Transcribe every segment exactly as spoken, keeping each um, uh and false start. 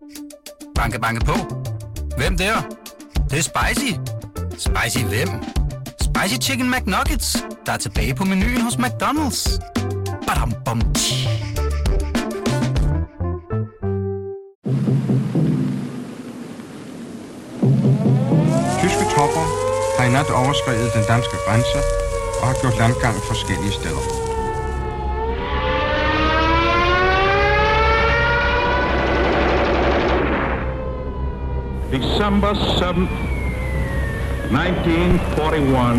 Banke, banke på. Hvem der? Det, det er spicy. Spicy hvem? Spicy Chicken McNuggets, der er tilbage på menuen hos McDonald's. Badum, bom, tji. Tyske tropper har i nat overskredet den danske grænse og har gjort landgang forskellige steder. December seventh, nineteen forty-one,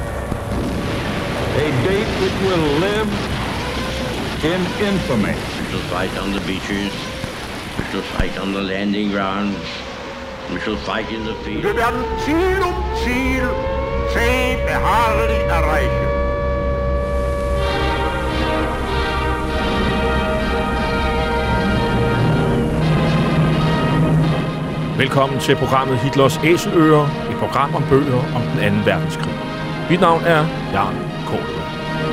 a date which will live in infamy. We shall fight on the beaches, we shall fight on the landing grounds, we shall fight in the field. Wir werden Ziel um Ziel zäh beharrlich erreichen. Velkommen til programmet Hitlers Æseløer, et program om bøger om den anden verdenskrig. Mit navn er Jan Kålø.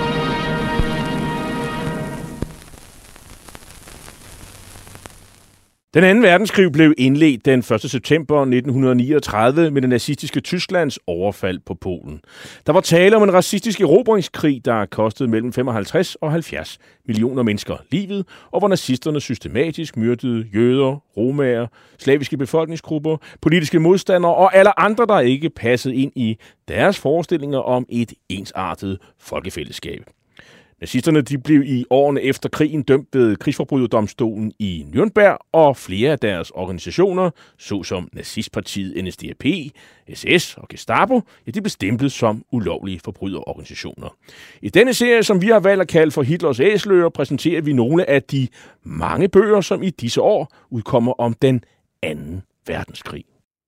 Den anden verdenskrig blev indledt den første september nitten niogtredive med det nazistiske Tysklands overfald på Polen. Der var tale om en racistisk erobringskrig, der kostede mellem femoghalvtreds og halvfjerds millioner mennesker livet, og hvor nazisterne systematisk myrdede jøder, romaer, slaviske befolkningsgrupper, politiske modstandere og alle andre, der ikke passede ind i deres forestillinger om et ensartet folkefællesskab. Nazisterne de blev i årene efter krigen dømt ved krigsforbryderdomstolen i Nürnberg, og flere af deres organisationer, såsom nazistpartiet N S D A P, S S og Gestapo, ja, de blev stemplet som ulovlige forbryderorganisationer. I denne serie, som vi har valgt at kalde for Hitlers Æseløer, præsenterer vi nogle af de mange bøger, som i disse år udkommer om den anden verdenskrig.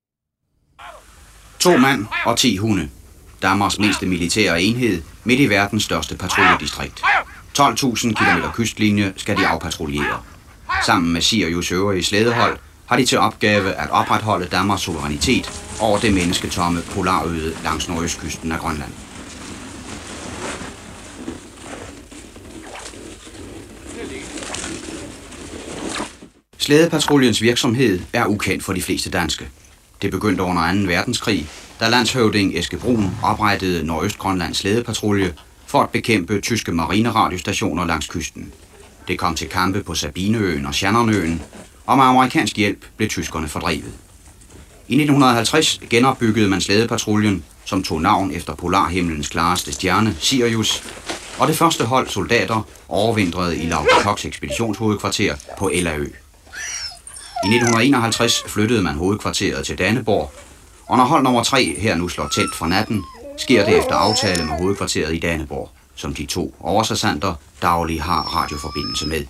To mand og ti hunde. Danmarks mindste militære enhed midt i verdens største patruljedistrikt. tolv tusind kilometer kystlinje skal de afpatruljere. Sammen med Sirius øvrige slædehold har de til opgave at opretholde Danmarks suverænitet over det mennesketomme polarøde langs nordøstkysten af Grønland. Slædepatruljens virksomhed er ukendt for de fleste danske. Det begyndte under anden verdenskrig, da landshøvding Eske Brun oprettede Nordøstgrønlands slædepatrulje for at bekæmpe tyske marineradiostationer langs kysten. Det kom til kampe på Sabineøen og Shannonøen, og med amerikansk hjælp blev tyskerne fordrevet. I nitten halvtreds genopbyggede man slædepatruljen, som tog navn efter polarhimlens klareste stjerne, Sirius, og det første hold soldater overvintrede i Lauke Koks ekspeditionshovedkvarter på Ellø. I nitten enoghalvtreds flyttede man hovedkvarteret til Danneborg, og når hold nummer tre her nu slår telt for natten, sker det efter aftale med hovedkvarteret i Danneborg, som de to oversergeanter dagligt har radioforbindelse med.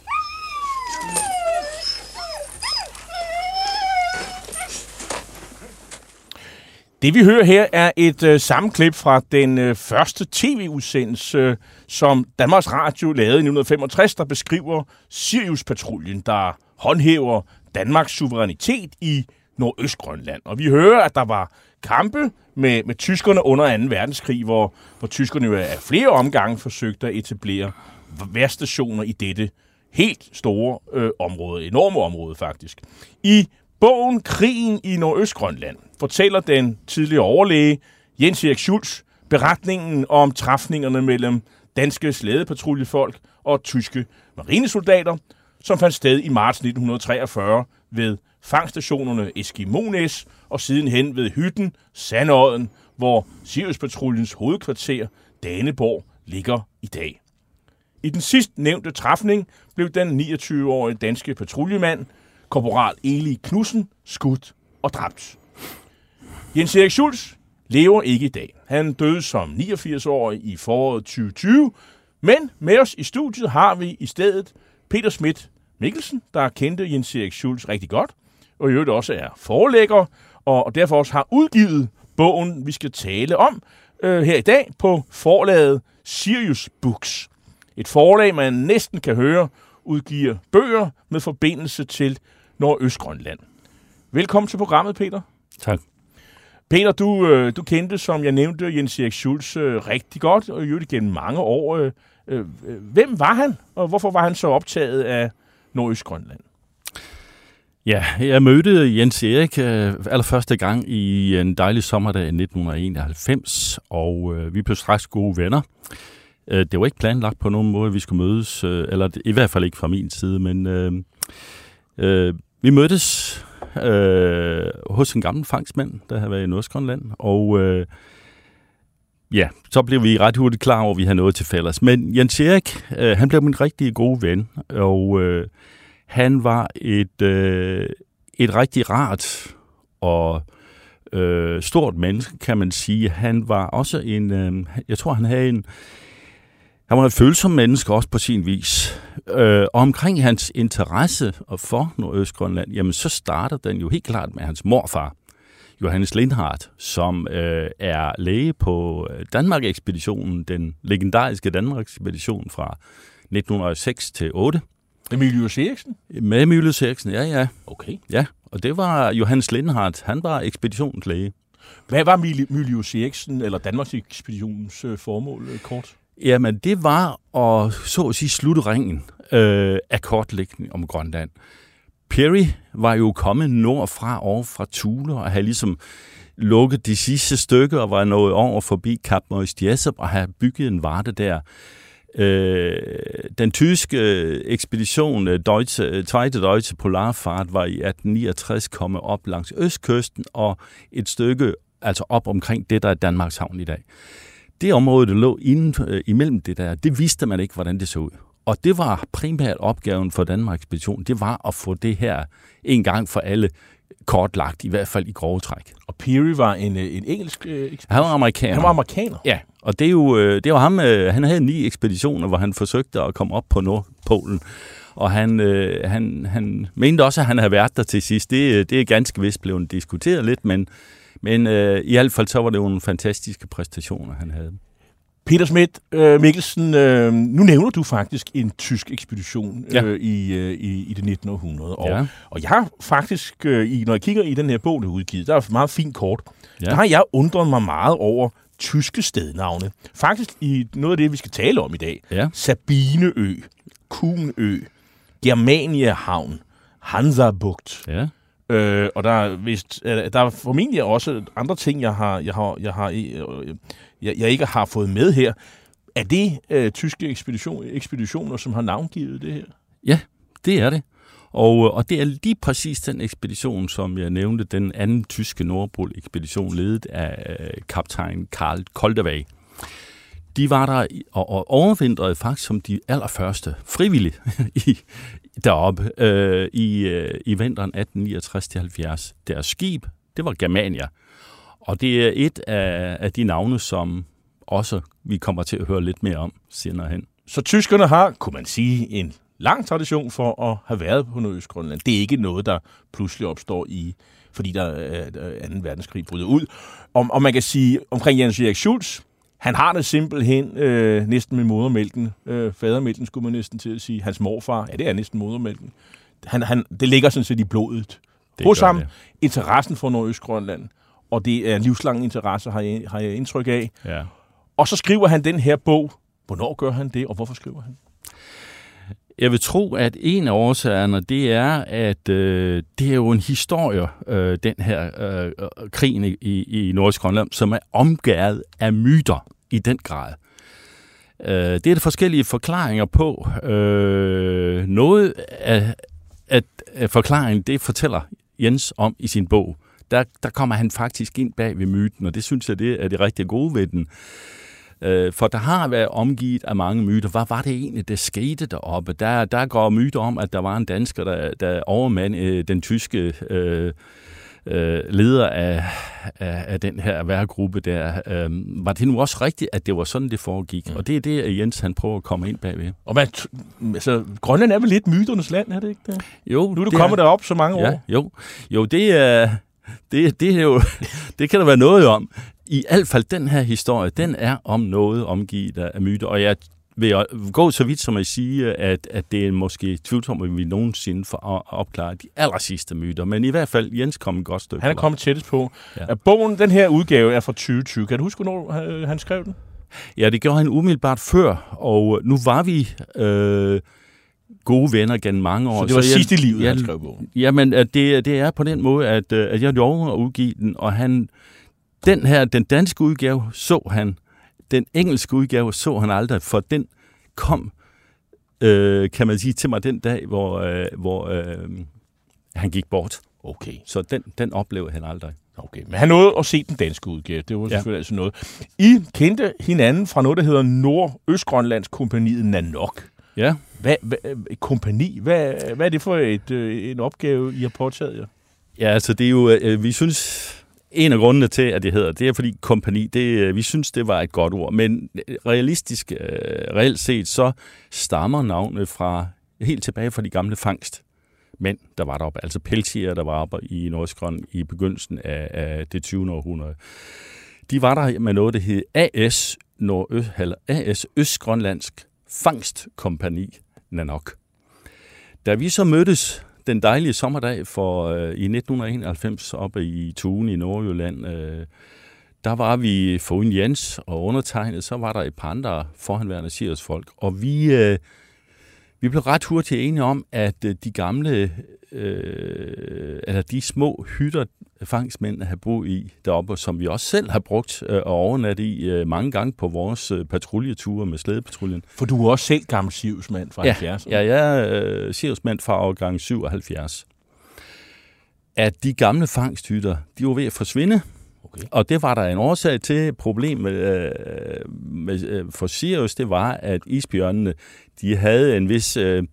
Det vi hører her er et øh, sammenklip fra den øh, første tv-udsendelse, øh, som Danmarks Radio lavede i nitten femogtres, der beskriver Sirius-patruljen, der håndhæver Danmarks suverænitet i Nordøstgrønland. Og vi hører, at der var kampe med, med tyskerne under anden verdenskrig, hvor, hvor tyskerne jo af flere omgange forsøgte at etablere vejrstationer i dette helt store øh, område, enorme område faktisk. I bogen Krigen i Nordøstgrønland fortæller den tidligere overlæge Jens Erik Schultz beretningen om træfningerne mellem danske slædepatruljefolk og tyske marinesoldater, som fandt sted i marts nitten treogfyrre ved fangstationerne Eskimones og sidenhen ved hytten Sandodden, hvor Sirius-patruljens hovedkvarter Daneborg ligger i dag. I den sidst nævnte træfning blev den niogtyve-årige danske patruljemand, korporal Eli Knudsen, skudt og dræbt. Jens Erik Schultz lever ikke i dag. Han døde som niogfirs-årig i foråret tyve tyve, men med os i studiet har vi i stedet Peter Schmidt Mikkelsen, der kendte Jens Erik Schultz rigtig godt, og i øvrigt også er forlægger, og derfor også har udgivet bogen, vi skal tale om øh, her i dag på forlaget Sirius Books. Et forlag, man næsten kan høre, udgiver bøger med forbindelse til Nordøstgrønland. Velkommen til programmet, Peter. Tak. Peter, du, øh, du kendte, som jeg nævnte, Jens Erik Schultz øh, rigtig godt, og i øvrigt gennem mange år. Øh, øh, hvem var han, og hvorfor var han så optaget af Nordøstgrønland? Ja, jeg mødte Jens Erik øh, allerførste gang i en dejlig sommerdag i nitten enoghalvfems, og øh, vi blev straks gode venner. Øh, det var ikke planlagt på nogen måde, at vi skulle mødes, øh, eller i hvert fald ikke fra min side, men øh, øh, vi mødtes øh, hos en gammel fangstmand, der havde været i Nordgrønland, og øh, ja, så blev vi ret hurtigt klar over, at vi havde noget til fælles. Men Jens Erik, øh, han blev min rigtig gode ven, og øh, han var et, øh, et rigtig rart og øh, stort menneske, kan man sige. Han var også en, øh, jeg tror, han havde en, han var et følsom menneske også på sin vis. Øh, og omkring hans interesse for Nordøstgrønland, jamen så starter den jo helt klart med hans morfar, Johannes Lindhardt, som øh, er læge på Danmark-ekspeditionen, den legendariske Danmark-ekspedition fra nitten hundrede og seks til otte. Med Mylius Eriksen? Med Mylius Eriksen, ja, ja. Okay. Ja, og det var Johannes Lindhardt, han var ekspeditionens læge. Hvad var Mylius Eriksen, eller Danmarks-ekspeditionens øh, formål, øh, kort? Jamen, det var at, så at sige, slutte ringen øh, af kortlægning om Grønland. Peary var jo kommet nordfra over fra Thule og havde ligesom lukket de sidste stykker og var nået over forbi Kap Moist Jessup og havde bygget en varte der. Øh, den tyske ekspedition Deutsche, Zweite Deutsche Polarfahrt var i atten niogtres kommet op langs østkysten og et stykke altså op omkring det, der er Danmarks havn i dag. Det område, der lå inden, øh, imellem det der, det vidste man ikke, hvordan det så ud. Og det var primært opgaven for Danmark-ekspeditionen, det var at få det her en gang for alle kortlagt, i hvert fald i grove træk. Og Peary var en, en engelsk øh, ekspedition? Han var amerikaner. Han var amerikaner? Ja, og det er jo, det var ham, øh, han havde ni ekspeditioner, hvor han forsøgte at komme op på Nordpolen. Og han, øh, han, han mente også, at han havde været der til sidst. Det, det er ganske vist blevet diskuteret lidt, men, men øh, i hvert fald så var det jo nogle fantastiske præstationer, han havde. Peter Schmidt øh, Mikkelsen, øh, nu nævner du faktisk en tysk ekspedition øh, ja. i, øh, i, i det nittende århundrede. Og, ja. og jeg har faktisk, øh, i, når jeg kigger i den her bog, der er udgivet, der er et meget fint kort, ja. der har jeg undret mig meget over tyske stednavne. Faktisk i noget af det, vi skal tale om i dag. Ja. Sabineø, Kuhnø, Germaniahavn, Hansabugt. Ja. Øh, og der er, vist, der er formentlig også andre ting, jeg har, jeg har, jeg har, jeg, jeg ikke har fået med her. Er det øh, tyske ekspedition, ekspeditioner, som har navngivet det her? Ja, det er det. Og, og det er lige præcis den ekspedition, som jeg nævnte, den anden tyske Nordpol-ekspedition, ledet af øh, kaptajn Karl Koldewey. De var der og, og overvintrede faktisk som de allerførste frivillige i, deroppe øh, i, øh, i vinteren atten niogtres til halvfjerds. Deres skib, det var Germania. Og det er et af, af de navne, som også vi kommer til at høre lidt mere om senere hen. Så tyskerne har, kunne man sige, en lang tradition for at have været på Nordøstgrønland. Det er ikke noget, der pludselig opstår i, fordi der er anden verdenskrig bryder ud. Og, og man kan sige omkring Jens Erik Schultz, han har det simpelthen øh, næsten med modermælken. Øh, fadermælken skulle man næsten til at sige. Hans morfar, ja, det er næsten modermælken. Han, han, det ligger sådan set i blodet. Hos ham, det. Interessen for Nordøstgrønland, og det er en livslang interesse, har jeg, har jeg indtryk af. Ja. Og så skriver han den her bog. Hvornår gør han det, og hvorfor skriver han? Jeg vil tro, at en af årsagerne, det er, at øh, det er jo en historie, øh, den her øh, krigen i, i Nordøstgrønland, som er omgærdet af myter i den grad. Øh, det er der forskellige forklaringer på. Øh, noget af, af, af forklaringen, det fortæller Jens om i sin bog. Der, der kommer han faktisk ind bag ved myten, og det synes jeg, det er det rigtig gode ved den. For der har været omgivet af mange myter. Hvad var det egentlig, der skete deroppe? Der, der går myter om, at der var en dansker, der, der overmand den tyske øh, øh, leder af, af, af den her værgruppe der. Øh, var det nu også rigtigt, at det var sådan, det foregik? Ja. Og det er det, at Jens han prøver at komme ind bagved. Og man, altså, Grønland er vel lidt myternes land, er det ikke det? Jo. Nu er du kommet er, derop så mange ja, år. Jo, jo det, er, det, det, er jo, det kan der være noget om. I hvert fald den her historie, den er om noget omgivet af myter, og jeg vil gå så vidt som at sige, at, at det er måske tvivlsomt, at vi nogensinde får opklaret de aller sidste myter, men i hvert fald, Jens kom et godt stykke. Han er kommet tættest på. Ja. Bogen, den her udgave er fra tyve tyve. Kan du huske, hvornår han skrev den? Ja, det gjorde han umiddelbart før, og nu var vi... Øh, gode venner gennem mange år. Så det var så sidste i livet, jeg, han skrev bogen? Jamen, det, det er på den måde, at, at jeg lover at udgive den, og han, den her, den danske udgave, så han, den engelske udgave så han aldrig, for den kom, øh, kan man sige, til mig den dag, hvor, øh, hvor øh, han gik bort. Okay. Så den, den oplevede han aldrig. Okay, men han nåede at se den danske udgave. Det var selvfølgelig ja. altså noget. I kendte hinanden fra noget, der hedder Nordøstgrønlandskompagniet Nanoq. Ja. Hvad, hvad, kompagni, hvad, hvad er det for et, en opgave, I har påtaget jer? Ja, altså det er jo, øh, vi synes, en af grundene til, at det hedder, det er fordi kompagni, det, vi synes, det var et godt ord. Men realistisk, øh, reelt set, så stammer navnet fra, helt tilbage fra de gamle fangst. Men der var deroppe, altså pelsjæger, der var oppe i Nordøstgrønland i begyndelsen af, af det tyvende århundrede. De var der med noget, der hed A S, Nordøst, eller A S Østgrønlandsk Fangstkompagni Nanoq. Da vi så mødtes den dejlige sommerdag for, øh, i nitten enoghalvfems oppe i Tuen i Nordjylland, øh, der var vi foruden Jens og undertegnet, så var der et par andre forhenværende Sirius-folk, og vi... Øh, Vi blev ret hurtigt enige om, at de gamle, øh, eller de små hytter, fangstmændene har boet i deroppe, som vi også selv har brugt øh, og overnat i øh, mange gange på vores øh, patruljeture med slædepatruljen. For du er også selv gammel Siriusmand fra ja, halvfjerdserne. Ja, jeg er øh, Siriusmand fra årgang syvoghalvfjerds. At de gamle fangsthytter, de var ved at forsvinde. Okay. Og det var der en årsag til. Problemet øh, med, øh, for Sirius, det var, at isbjørnene, de havde en vis øh,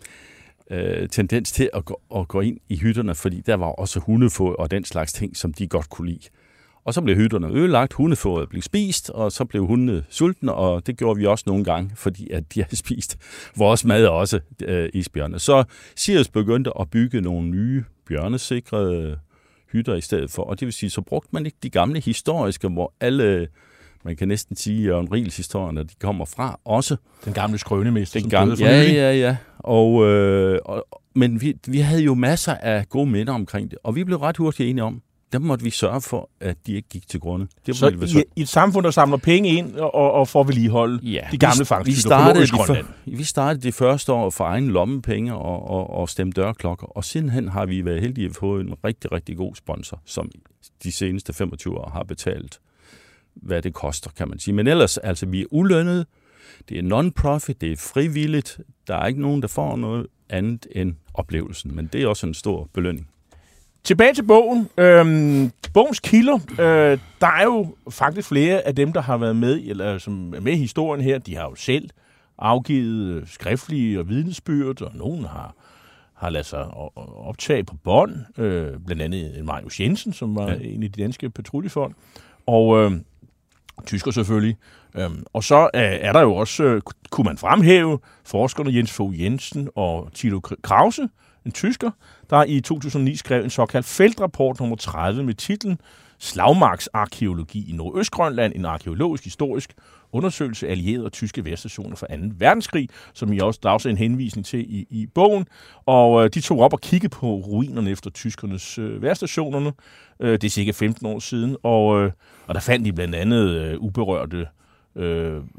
øh, tendens til at gå, at gå ind i hytterne, fordi der var også hundefod og den slags ting, som de godt kunne lide. Og så blev hytterne ødelagt, hundefodet blev spist, og så blev hundene sultne, og det gjorde vi også nogle gange, fordi at de havde spist vores mad også, øh, isbjørnene. Så Sirius begyndte at bygge nogle nye bjørnesikrede hytter i stedet for, og det vil sige, så brugte man ikke de gamle historiske, hvor alle, man kan næsten sige, Jørgen Riels historierne, de kommer fra også. Den gamle skrønemester, den gamle, ja, ja, ja. Og, øh, og, men vi, vi havde jo masser af gode minder omkring det, og vi blev ret hurtigt enige om, der måtte vi sørge for, at de ikke gik til grunde. Det så i, i et samfund, der samler penge ind og, og får vedligeholde ja, de gamle fangsthytter på Nordøstgrønland. Vi startede det første år for egen lommepenge og, og, og stemte dørklokker, og sidenhen har vi været heldige at få en rigtig, rigtig god sponsor, som de seneste femogtyve år har betalt, hvad det koster, kan man sige. Men ellers, altså, vi er ulønnede, det er non-profit, det er frivilligt, der er ikke nogen, der får noget andet end oplevelsen, men det er også en stor belønning. Tilbage til bogen. Øhm, bogens kilder. Øh, der er jo faktisk flere af dem, der har været med, eller som er med i historien her. De har jo selv afgivet skriftlige og vidnesbyrd, og nogen har, har ladet sig optage på bånd. Øh, blandt andet Marius Jensen, som var ja. en af de danske patruljefolk. Og øh, tysker selvfølgelig. Øhm, og så øh, er der jo også, øh, kunne man fremhæve, forskerne Jens Fogh Jensen og Thilo Krause, en tysker, der i to tusind og ni skrev en såkaldt feltrapport nummer tredive med titlen Slagmarksarkæologi i Nordøstgrønland, en arkeologisk historisk undersøgelse af allierede og tyske vejrstationer fra anden verdenskrig, som I også, der også er en henvisning til i, i bogen. Og øh, de tog op og kiggede på ruinerne efter tyskernes øh, vejrstationerne. Øh, det er cirka femten år siden, og, øh, og der fandt de blandt andet øh, uberørte Øh, øh,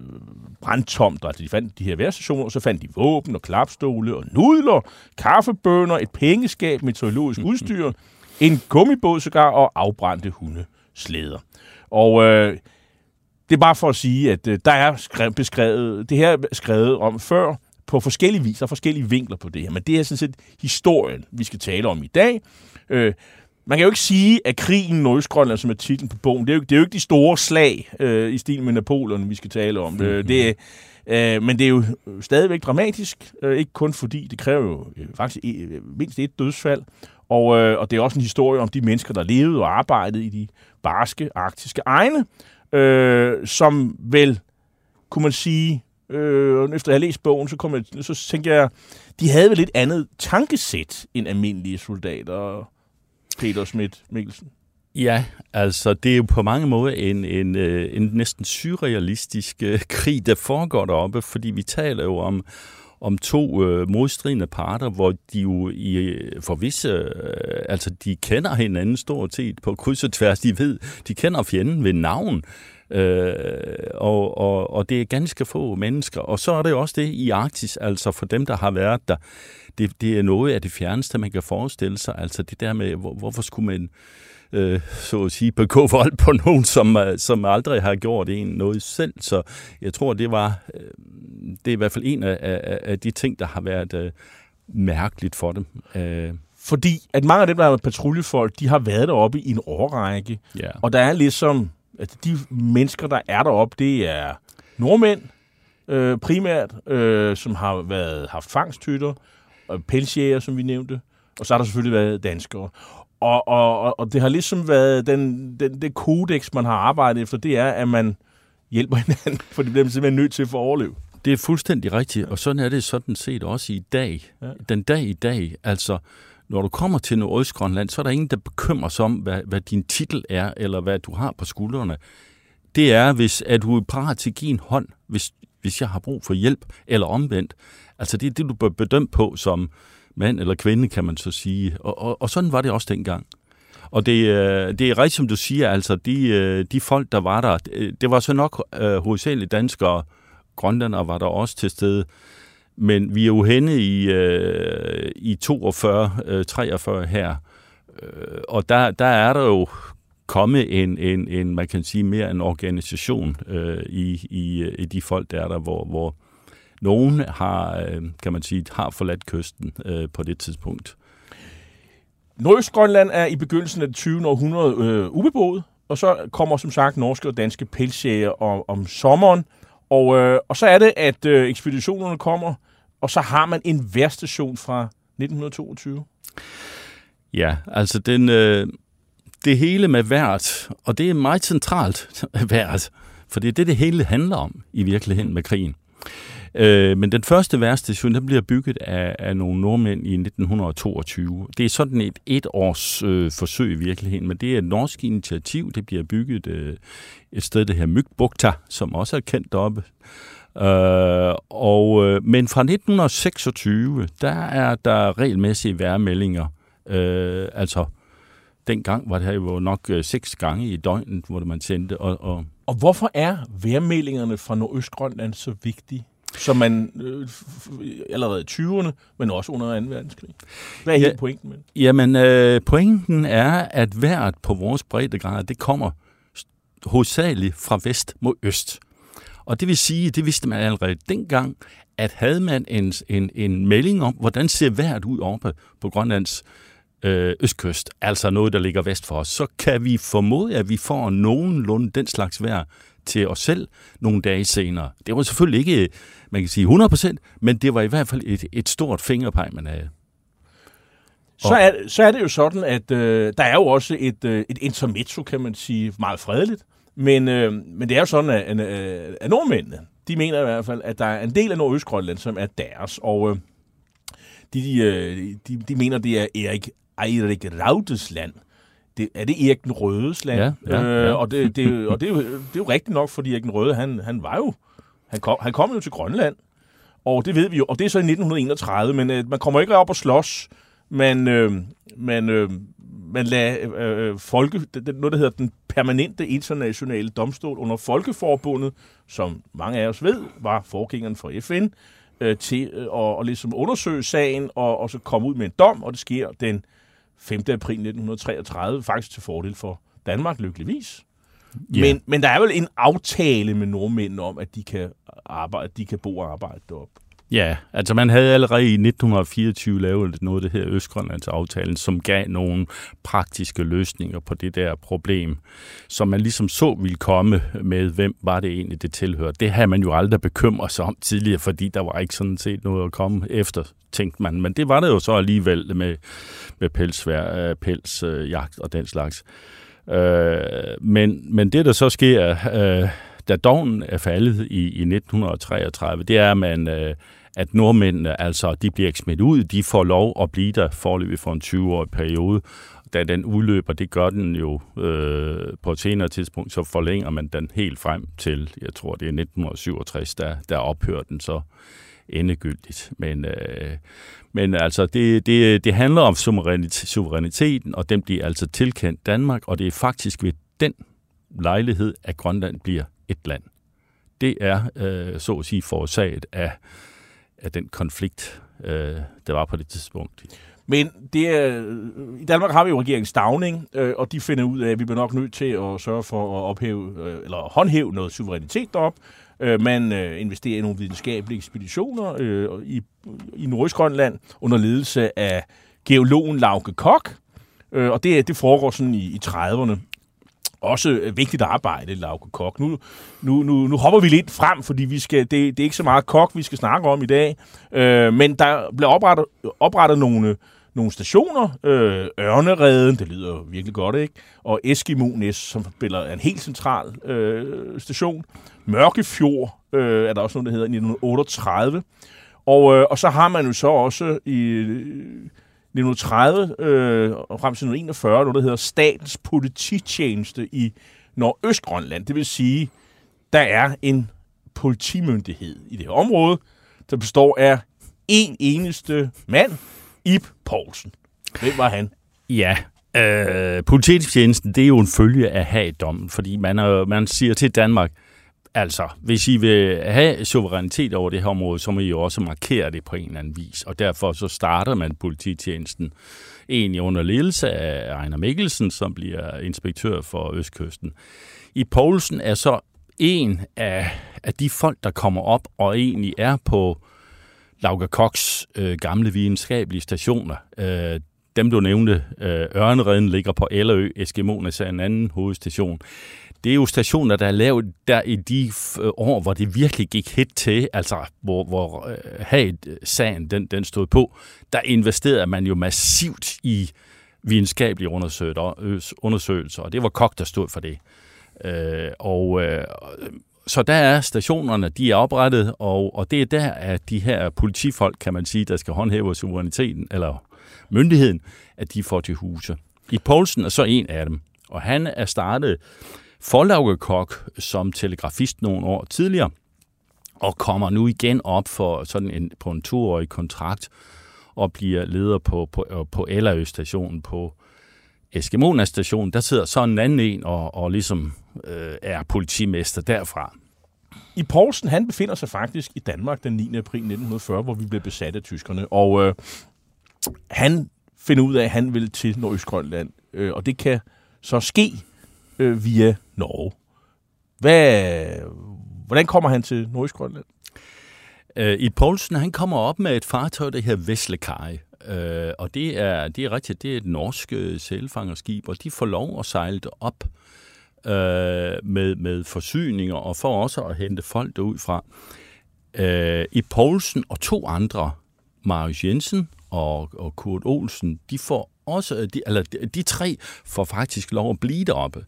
brandtomter, altså de fandt de her vejrstationer, og så fandt de våben og klapstole og nudler, kaffebønner, et pengeskab, meteorologisk udstyr, en gummibåd sågar og afbrændte hundeslæder. Og øh, det er bare for at sige, at øh, der er skrevet, beskrevet, det her er skrevet om før på forskellige vis, der er forskellige vinkler på det her, men det er sådan set historien, vi skal tale om i dag. Øh, Man kan jo ikke sige, at krigen i Nordøstgrønland, som er titlen på bogen, det er jo, det er jo ikke de store slag øh, i stil med Napoleon, vi skal tale om. Mm-hmm. Det er, øh, men det er jo stadigvæk dramatisk, øh, ikke kun fordi det kræver jo øh, faktisk øh, mindst et dødsfald, og, øh, og det er også en historie om de mennesker, der levede og arbejdede i de barske, arktiske egne, øh, som vel, kunne man sige, øh, efter at have læst bogen, så, kom jeg, så tænker jeg, de havde vel et andet tankesæt end almindelige soldater. Peter Schmidt Mikkelsen. Ja, altså det er jo på mange måder en, en, en næsten surrealistisk uh, krig, der foregår deroppe, fordi vi taler jo om, om to uh, modstridende parter, hvor de jo i, for visse, uh, altså de kender hinanden stort set på kryds og tværs, de ved, de kender fjenden ved navn, Øh, og, og, og det er ganske få mennesker. Og så er det jo også det i Arktis, altså for dem, der har været der. Det, det er noget af det fjerneste, man kan forestille sig. Altså det der med, hvor, hvorfor skulle man øh, så at sige begå vold på nogen, som, som aldrig har gjort en noget selv. Så jeg tror, det var øh, det er i hvert fald en af, af, af de ting, der har været øh, mærkeligt for dem. Øh. Fordi at mange af dem, der er patruljefolk, de har været deroppe i en årrække. Ja. Og der er ligesom, at de mennesker, der er deroppe, det er nordmænd øh, primært, øh, som har været haft fangsthytter, og pelsjæger, som vi nævnte, og så har der selvfølgelig været danskere. Og, og, og det har ligesom været den, den, det kodex, man har arbejdet efter, det er, at man hjælper hinanden, for det bliver man simpelthen nødt til for at overleve. Det er fuldstændig rigtigt, og sådan er det sådan set også i dag. Ja. Den dag i dag, altså når du kommer til Nordøstgrønland, så er der ingen, der bekymrer sig om, hvad, hvad din titel er, eller hvad du har på skuldrene. Det er, hvis at du er parat til at give en hånd, hvis, hvis jeg har brug for hjælp, eller omvendt. Altså det er det, du bør bedømme på som mand eller kvinde, kan man så sige. Og, og, og sådan var det også dengang. Og det, det er rigtigt, som du siger, altså de, de folk, der var der, det var så nok uh, hovedsageligt danskere, grønlændere var der også til stede. Men vi er jo henne i, øh, i toogfyrre, treogfyrre her, øh, og der, der er der jo kommet en, en, en, man kan sige, mere en organisation øh, i, i, i de folk, der er der, hvor, hvor nogen har, øh, kan man sige, har forladt kysten øh, på det tidspunkt. Nordøstgrønland er i begyndelsen af det tyvende århundrede øh, ubeboet, og så kommer som sagt norske og danske pelsjæger om, om sommeren, og, øh, og så er det, at øh, ekspeditionerne kommer, og så har man en vejrstation fra nitten toogtyve. Ja, altså den, øh, det hele med vejret, og det er meget centralt vejret, for det er det, det hele handler om i virkeligheden med krigen. Øh, men den første vejrstation, den bliver bygget af, af nogle nordmænd i nitten toogtyve. Det er sådan et etårs øh, forsøg i virkeligheden, men det er et norsk initiativ. Det bliver bygget øh, et sted, der her Mygbukta, som også er kendt deroppe. Øh, og, øh, men fra nitten seksogtyve, der er der regelmæssige vejrmeldinger. Øh, altså, dengang var det jo nok øh, seks gange i døgnet, hvor man sendte. Og, og, og hvorfor er vejrmeldingerne fra Nordøstgrønland så vigtige? Som man øh, allerede i tyverne, men også under anden verdenskrig. Hvad er ja, hele pointen med det? Jamen, øh, pointen er, at vejret på vores breddegrad, det kommer hovedsageligt fra vest mod øst. Og det vil sige, det vidste man allerede dengang, at havde man en, en, en melding om, hvordan ser vejret ud oppe på Grønlands øh, østkyst, altså noget, der ligger vest for os, så kan vi formode, at vi får nogenlunde den slags vejr til os selv nogle dage senere. Det var selvfølgelig ikke, man kan sige hundrede procent, men det var i hvert fald et, et stort fingerpeg, man havde. Så er, så er det jo sådan, at øh, der er jo også et, øh, et intermezzo, kan man sige, meget fredeligt. Men, øh, men det er jo sådan, at, at, at nordmændene, de mener i hvert fald, at der er en del af Nordøstgrønland, som er deres. Og øh, de, de, de mener, det er Erik Eirik Rautes land. Det, er det Erik den Rødes land? Ja, ja, ja. Øh, og det, det, og det, er jo, det er jo rigtigt nok, fordi Erik den Røde, han, han var jo, han kom, han kom jo til Grønland. Og det ved vi jo, og det er så i nitten enogtredive, men øh, man kommer ikke op og slås. Man, øh, man, øh, man lader øh, folke, det, noget, der hedder den permanente internationale domstol under Folkeforbundet, som mange af os ved, var forgængeren for F N, øh, til øh, at, at ligesom undersøge sagen, og, og så komme ud med en dom, og det sker den femte april nitten treogtredive, faktisk til fordel for Danmark, lykkeligvis. Yeah. Men, men der er vel en aftale med nordmændene om, at de kan, arbejde, de kan bo og arbejde deroppe. Ja, altså man havde allerede i nitten fireogtyve lavet noget, det her Østgrønlandsaftalen, som gav nogle praktiske løsninger på det der problem, som man ligesom så ville komme med, hvem var det egentlig, det tilhørte. Det havde man jo aldrig bekymret sig om tidligere, fordi der var ikke sådan set noget at komme efter, tænkte man. Men det var det jo så alligevel med, med pelsvær, pelsjagt og den slags. Øh, men, men det, der så sker, øh, da dommen er faldet i, i nitten treogtredive, det er, at man... Øh, at nordmændene, altså, de bliver ikke smidt ud, de får lov at blive der foreløbig for en tyve-årig periode. Da den udløber, det gør den jo øh, på et senere tidspunkt, så forlænger man den helt frem til, jeg tror, det er nitten syvogtres, der, der ophører den så endegyldigt. Men, øh, men altså, det, det, det handler om suveræniteten, og den bliver altså tilkendt Danmark, og det er faktisk ved den lejlighed, at Grønland bliver et land. Det er, øh, så at sige, forårsaget af, af den konflikt, øh, der var på det tidspunkt. Men det er, i Danmark har vi jo regeringen Stauning, øh, og de finder ud af, at vi bliver nok nødt til at sørge for at ophæve, øh, eller håndhæve noget suverænitet derop. Øh, man øh, investerer i nogle videnskabelige ekspeditioner øh, i, i Nordøstgrønland under ledelse af geologen Lauke Koch, øh, og det, det foregår sådan i, i trediverne. Også vigtigt arbejde, Lauke Koch. Nu, nu, nu, nu hopper vi lidt frem, fordi vi skal, det, det er ikke så meget Koch, vi skal snakke om i dag. Øh, men der bliver oprettet, oprettet nogle, nogle stationer. Øh, Ørnereden, det lyder virkelig godt, ikke? Og Eskimo-Næs, som spiller en helt central øh, station. Mørkefjord øh, er der også noget, der hedder i nitten otteogtredive. Og, øh, og så har man jo så også i nitten tredive øh, og frem til nitten enogfyrre, noget der hedder Statens Polititjeneste i Nordøstgrønland. Det vil sige, der er en politimyndighed i det her område, der består af en eneste mand, Ib Poulsen. Hvem var han? Ja, øh, polititjenesten, det er jo en følge af Haag-dommen, fordi man, er, man siger til Danmark, altså, hvis I vil have suverænitet over det her område, så må I jo også markere det på en eller anden vis. Og derfor så starter man polititjenesten egentlig under ledelse af Ejner Mikkelsen, som bliver inspektør for Østkysten. I Poulsen er så en af, af de folk, der kommer op og egentlig er på Lauke Kochs øh, gamle videnskabelige stationer. Øh, dem, du nævnte, øh, Ørnereden ligger på Ellerø, Eskimo-Næs er en anden hovedstation. Det er jo stationer, der er lavet der i de år, hvor det virkelig gik hit til, altså hvor, hvor øh, Haag-sagen den, den stod på. Der investerede man jo massivt i videnskabelige undersøgelser, og det var Koch, der stod for det. Øh, og øh, så der er stationerne, de er oprettet, og, og det er der, at de her politifolk, kan man sige, der skal håndhæve suveræniteten, eller myndigheden, at de får til huse. I Poulsen er så en af dem, og han er startet for Lauke Koch som telegrafist nogle år tidligere, og kommer nu igen op for sådan en, på en toårig kontrakt, og bliver leder på, på, på Ellerø-stationen på Eskimo-Næs station. Der sidder så en anden en og, og ligesom øh, er politimester derfra. I Poulsen, han befinder sig faktisk i Danmark den niende april nitten fyrre, hvor vi blev besat af tyskerne, og øh, han finder ud af, at han vil til Nordøstgrønland, øh, og det kan så ske øh, via Norge. Hvad, hvordan kommer han til Nordøstgrønland? Øh, I Poulsen, han kommer op med et fartøj, der hedder Veslekaj, øh, og det er, det er rigtigt, det er et norsk sælfangerskib, og de får lov at sejle det op øh, med, med forsyninger, og for også at hente folk derud fra. Øh, I Poulsen og to andre, Marius Jensen og, og Kurt Olsen, de får også, de, eller de, de tre får faktisk lov at blive deroppe.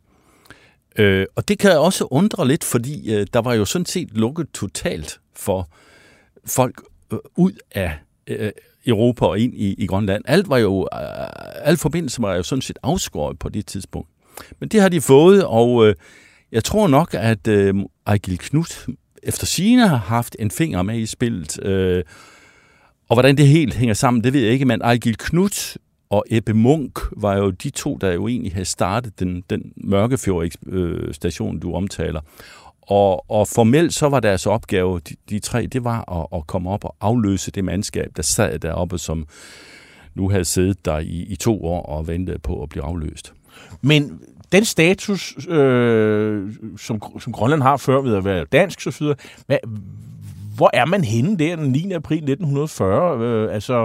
Øh, og det kan også undre lidt, fordi øh, der var jo sådan set lukket totalt for folk øh, ud af øh, Europa og ind i, i Grønland. Alt var jo, øh, al forbindelse var jo sådan set afskåret på det tidspunkt. Men det har de fået, og øh, jeg tror nok, at øh, Ejgil Knut efter sigende har haft en finger med i spillet. Øh, og hvordan det helt hænger sammen, det ved jeg ikke, men Ejgil Knut og Ebbe Munk var jo de to, der jo egentlig havde startet den, den Mørkefjord-station, du omtaler. Og, og formelt så var deres opgave, de, de tre, det var at, at komme op og afløse det mandskab, der sad deroppe, som nu havde siddet der i, i to år og ventet på at blive afløst. Men den status, øh, som, som Grønland har før ved at være dansk, så videre, hvad, hvor er man henne der den niende april nitten fyrre? Øh, altså,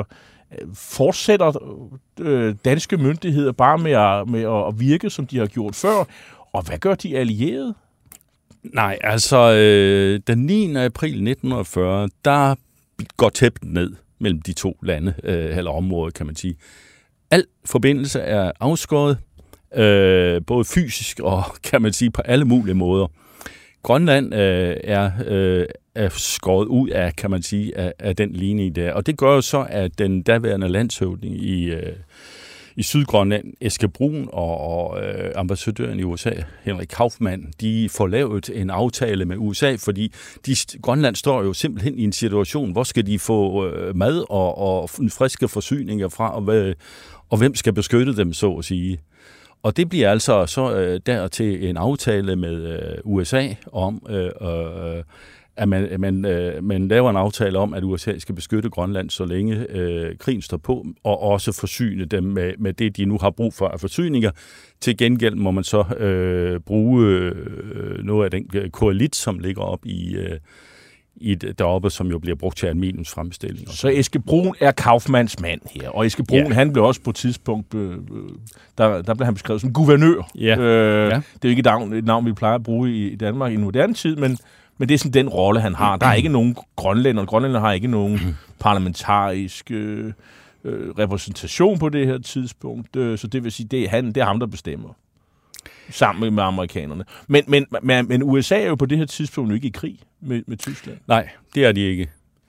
fortsætter øh, danske myndigheder bare med at, med at virke, som de har gjort før? Og hvad gør de allierede? Nej, altså øh, den niende april nitten fyrre, der går tæppet ned mellem de to lande, øh, eller områder, kan man sige. Al forbindelse er afskåret, øh, både fysisk og, kan man sige, på alle mulige måder. Grønland øh, er, øh, er skåret ud af, kan man sige, af, af den linje der. Og det gør jo så, at den daværende landshøvding i, øh, i Sydgrønland, Eske Brun og, og øh, ambassadøren i U S A, Henrik Kaufmann, de får lavet en aftale med U S A, fordi de, Grønland står jo simpelthen i en situation, hvor skal de få øh, mad og, og friske forsyninger fra, og, hvad, og hvem skal beskytte dem, så at sige. Og det bliver altså så øh, der til en aftale med øh, U S A om, øh, øh, at man, man, øh, man laver en aftale om, at U S A skal beskytte Grønland, så længe øh, krigen står på, og også forsyne dem med, med det, de nu har brug for af forsyninger. Til gengæld må man så øh, bruge øh, noget af den koalit, som ligger op i... Øh, i deroppe, som jo bliver brugt til aluminiumsfremstilling. Så Eske Brun er Kaufmanns mand her, og Eske Brun, ja. han blev også på et tidspunkt, øh, der, der blev han beskrevet som guvernør. Ja. Øh, ja. Det er jo ikke et navn, et navn, vi plejer at bruge i, i Danmark i moderne tid, men, men det er sådan den rolle, han har. Der er ikke nogen grønlænder, og grønlænder har ikke nogen parlamentarisk øh, øh, repræsentation på det her tidspunkt, øh, så det vil sige, det er, han, det er ham, der bestemmer. Sammen med amerikanerne. Men, men, men, men U S A er jo på det her tidspunkt ikke i krig med, med Tyskland. Nej, det er de ikke.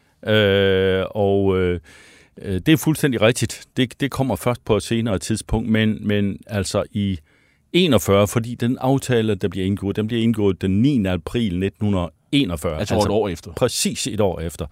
Øh, og øh, det er fuldstændig rigtigt. Det, det kommer først på et senere tidspunkt, men, men altså i enogfyrre, fordi den aftale, der bliver indgået, den bliver indgået den niende april nitten enogfyrre. Altså, altså et år efter. Præcis et år efter.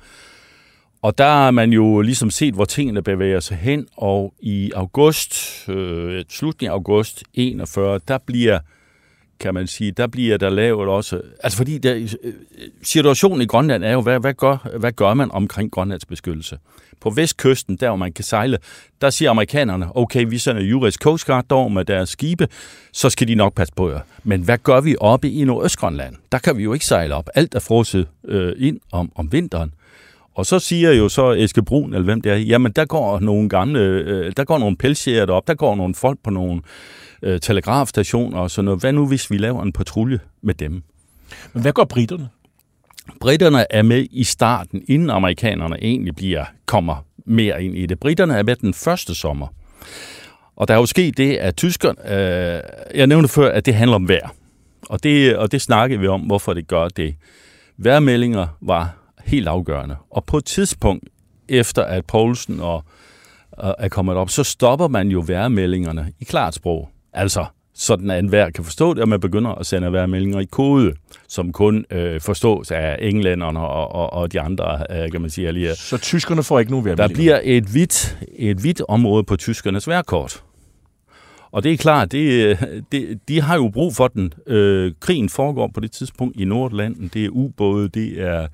Og der har man jo ligesom set, hvor tingene bevæger sig hen, og i august, øh, slutningen af august enogfyrre, der bliver, kan man sige, der bliver der lavet også, altså fordi der, situationen i Grønland er jo, hvad, hvad, gør, hvad gør man omkring Grønlands beskyttelse? På vestkysten, der hvor man kan sejle, der siger amerikanerne, okay, vi sender U S Coast Guard derover med deres skibe, så skal de nok passe på jer. Men hvad gør vi oppe i Nordøstgrønland? Der kan vi jo ikke sejle op. Alt er frosset øh, ind om, om vinteren. Og så siger jo så Eske Brun, eller hvem det er, jamen der går nogle gamle, øh, der går nogle pelsjæger derop, der går nogle folk på nogle øh, telegrafstationer og sådan noget. Hvad nu, hvis vi laver en patrulje med dem? Men hvad gør britterne? Britterne er med i starten, inden amerikanerne egentlig bliver, kommer mere ind i det. Britterne er med den første sommer. Og der er jo sket det, at tyskerne, øh, jeg nævnte før, at det handler om vejr. Og det, og det snakkede vi om, hvorfor det gør det. Vejrmeldinger var helt afgørende. Og på et tidspunkt, efter at Poulsen og, og er kommet op, så stopper man jo vejrmeldingerne i klart sprog. Altså, sådan at enhver kan forstå det, og man begynder at sende vejrmeldinger i kode, som kun øh, forstås af englænderne og, og, og de andre, øh, kan man sige, allierede. Så tyskerne får ikke nogen vejrmeldinger? Der bliver et hvidt, et hvidt område på tyskernes vejrkort. Og det er klart, det, det, de har jo brug for den. Øh, krigen foregår på det tidspunkt i Nordatlanten. Det er ubåde, det er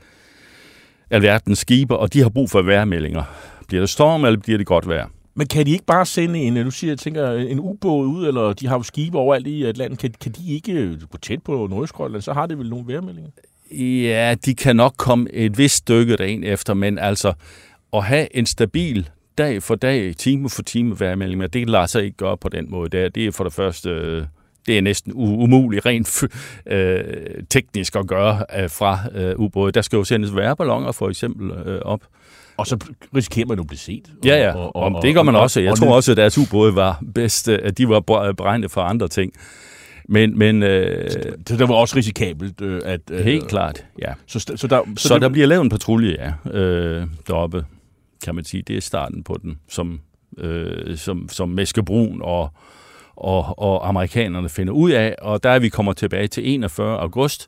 alverdens skibe, og de har brug for vejrmeldinger. Bliver det storm, eller bliver det godt vejr? Men kan de ikke bare sende en, du siger, jeg tænker, en ubåd ud, eller de har jo skibe overalt i Atlanten, kan, kan de ikke gå tæt på Nordøstgrønland, så har det vel nogle vejrmeldinger? Ja, de kan nok komme et vist stykke derind efter, men altså at have en stabil dag for dag, time for time vejrmeldinger, det lader sig ikke gøre på den måde. Det er, det er for det første, det er næsten umuligt rent øh, teknisk at gøre øh, fra øh, ubåde. Der skal jo sendes vejrballoner for eksempel øh, op. Og så risikerer man jo at blive set. Og, ja, ja. Og, og, og, det gør man og, også. Jeg og, tror og, også, at deres ubåde var bedst, at de var beregnet for andre ting. Men, men øh, så det var også risikabelt. Øh, at øh, helt klart, ja. Så, så, så, der, så, så det, der bliver lavet en patrulje, ja, øh, deroppe, kan man sige. Det er starten på den, som, øh, som, som Eske Brun og, og, og amerikanerne finder ud af. Og der er vi kommer tilbage til enogfyrre august,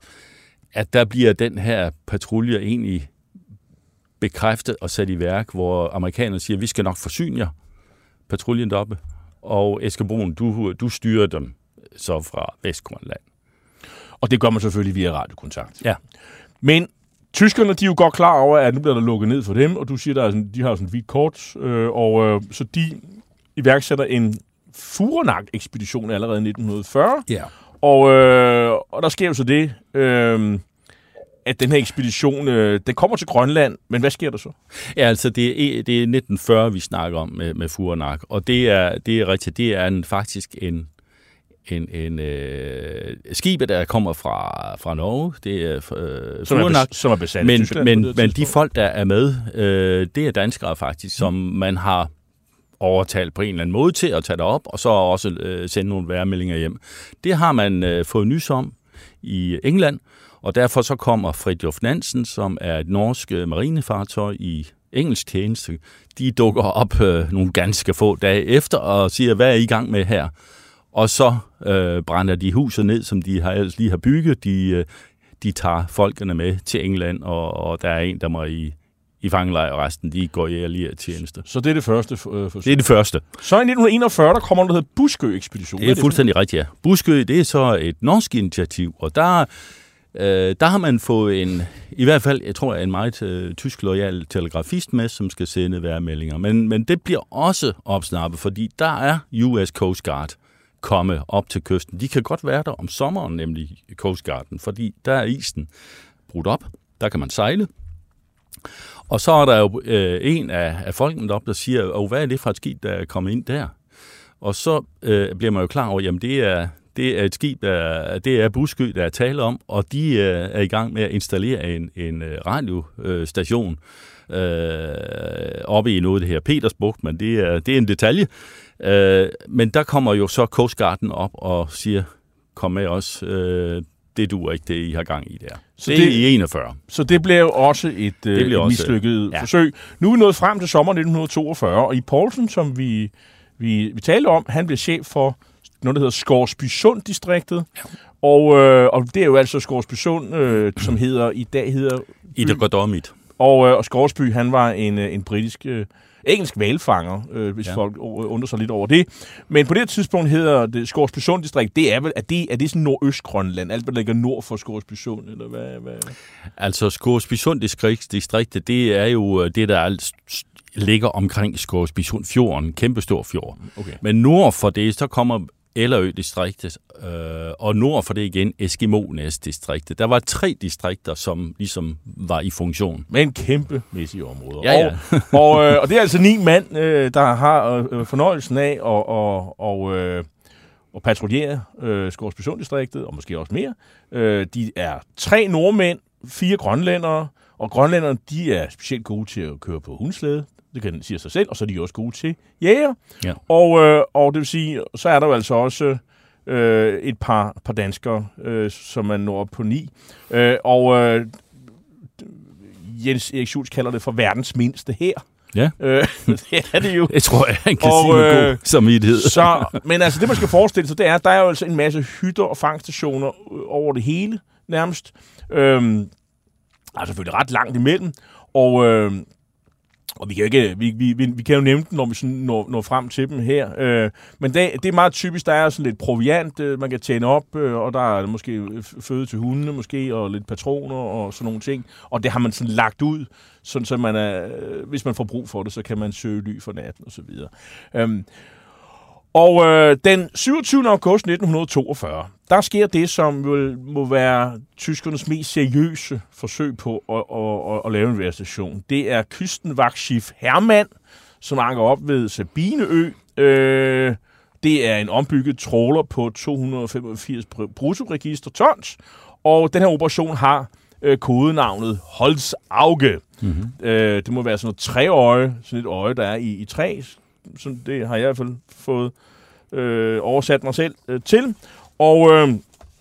at der bliver den her patrulje egentlig bekræftet og sat i værk, hvor amerikanerne siger, vi skal nok forsyne jer, patruljen deroppe. Og Eske Brun, du, du styrer dem så fra Vestgrønland. Og det gør man selvfølgelig via radiokontakt. Ja. Men tyskerne, de er jo godt klar over, at nu bliver der lukket ned for dem, og du siger, at de har sådan et hvidt kort, øh, og øh, så de iværksætter en Furenak-ekspedition allerede i nitten fyrre. Ja. Og, øh, og der sker jo så det, øh, at den her ekspedition, øh, den kommer til Grønland, men hvad sker der så? Ja, altså det er, det er nitten fyrre, vi snakker om med, med Furenak, og det er, det er rigtigt, det er en, faktisk en En, en øh, skibet, der kommer fra, fra Norge, det er øh, som, er bes, som er besat men, i Tyskland. Men, men de folk, der er med, øh, det er danskere faktisk, som mm. man har overtalt på en eller anden måde til at tage det op, og så også øh, sende nogle vejrmeldinger hjem. Det har man øh, fået nys om i England, og derfor så kommer Fridtjof Nansen, som er et norsk marinefartøj i engelsk tjeneste. De dukker op øh, nogle ganske få dage efter og siger, hvad er I i gang med her? Og så øh, brænder de huset ned, som de har, ellers lige har bygget. De, øh, de tager folkene med til England, og, og der er en, der må i, i fangelejr, og resten de går i allieret tjeneste. Så det er det første øh, forsøg? Det er det første. Så i nitten enogfyrre, der kommer noget, der hedder Buskø-ekspeditionen. Det er, er fuldstændig rigtigt, ja. Buskø, det er så et norsk initiativ, og der, øh, der har man fået en, i hvert fald, jeg tror, en meget øh, tysk loyal telegrafist med, som skal sende vejrmeldinger. Men, men det bliver også opsnappet, fordi der er U S Coast Guard komme op til kysten. De kan godt være der om sommeren, nemlig Coast Guarden, fordi der er isen brudt op. Der kan man sejle. Og så er der jo øh, en af, af folkene deroppe, der siger, oh, hvad er det for et skib, der er kommet ind der? Og så øh, bliver man jo klar over, jamen det er, det er et skib, der, det er Buskø, der er tale om, og de øh, er i gang med at installere en, en radiostation øh, oppe i noget af det her Petersbugt, men det er, det er en detalje. Øh, men der kommer jo så Coast Guarden op og siger, kom med os, øh, det duer ikke, det I har gang i der. Så det, det er i enogfyrre. Så det blev jo også et, øh, et også, mislykket ja. forsøg. Nu er vi nået frem til sommer nitten toogfyrre, og i Poulsen, som vi, vi, vi talte om, han blev chef for noget, der hedder Scoresbysund-distriktet. Ja. Og, øh, og det er jo altså Scoresbysund, øh, som hedder i dag hedder... I det Goddomit. Og, øh, og Scoresby, han var en, en britisk... Øh, engelsk hvalfanger, øh, hvis ja. folk undrer sig lidt over det. Men på det tidspunkt hedder det Scoresbysund distrikt. Det er vel, er det, er det sådan Nordøstgrønland? Alt, hvad ligger nord for Scoresbysund, eller hvad? hvad? Altså, Scoresbysund distriktet, det er jo det, der alt ligger omkring Scoresbysund fjorden, kæmpestor fjord. Okay. Men nord for det, så kommer Ellerø-distriktet, øh, og nord for det igen Eskimo-Næs-distriktet. Der var tre distrikter, som ligesom var i funktion. Med en kæmpemæssig område. Ja, ja. og, og, øh, og det er altså ni mand, øh, der har øh, fornøjelsen af at og, og, øh, og patruljere øh, Scoresbysund-distriktet, og måske også mere. Øh, de er tre nordmænd, fire grønlændere, og grønlænderne, de er specielt gode til at køre på hundslæde. Det kan sige sig selv, og så er de også gode til jæger. Ja. Og, øh, og det vil sige, så er der jo altså også øh, et par, par danskere, øh, som man når op på ni. Øh, og øh, Jens Erik Schultz kalder det for verdens mindste hær. Ja, øh, det er det jo. Jeg tror, jeg han kan og, sige med god samvittighed. Så, men altså, det man skal forestille sig, det er, at der er jo altså en masse hytter og fangstationer over det hele, nærmest. Øh, der er selvfølgelig ret langt imellem, og... Øh, Og vi kan, ikke, vi, vi, vi kan jo nævne dem, når vi sådan når, når frem til dem her. Øh, men det, det er meget typisk, der er sådan lidt proviant, øh, man kan tjene op, øh, og der er måske føde til hundene måske, og lidt patroner og sådan nogle ting. Og det har man sådan lagt ud, sådan så man er, øh, hvis man får brug for det, så kan man søge ly for natten og så videre. Øhm, og øh, den syvogtyvende august nitten toogfyrre, der sker det, som vil, må være tyskernes mest seriøse forsøg på at, at, at, at lave en vejrstation. Det er Küstenwachschiff Hermann, som anker op ved Sabineø. Øh, det er en ombygget trawler på to hundrede femogfirs bruttoregister tons, og den her operation har øh, kodenavnet Holzauge. Mm-hmm. Øh, det må være sådan noget træøje, sådan et øje, der er i, i træ. Så det har jeg i hvert fald fået øh, oversat mig selv øh, til. Og øh,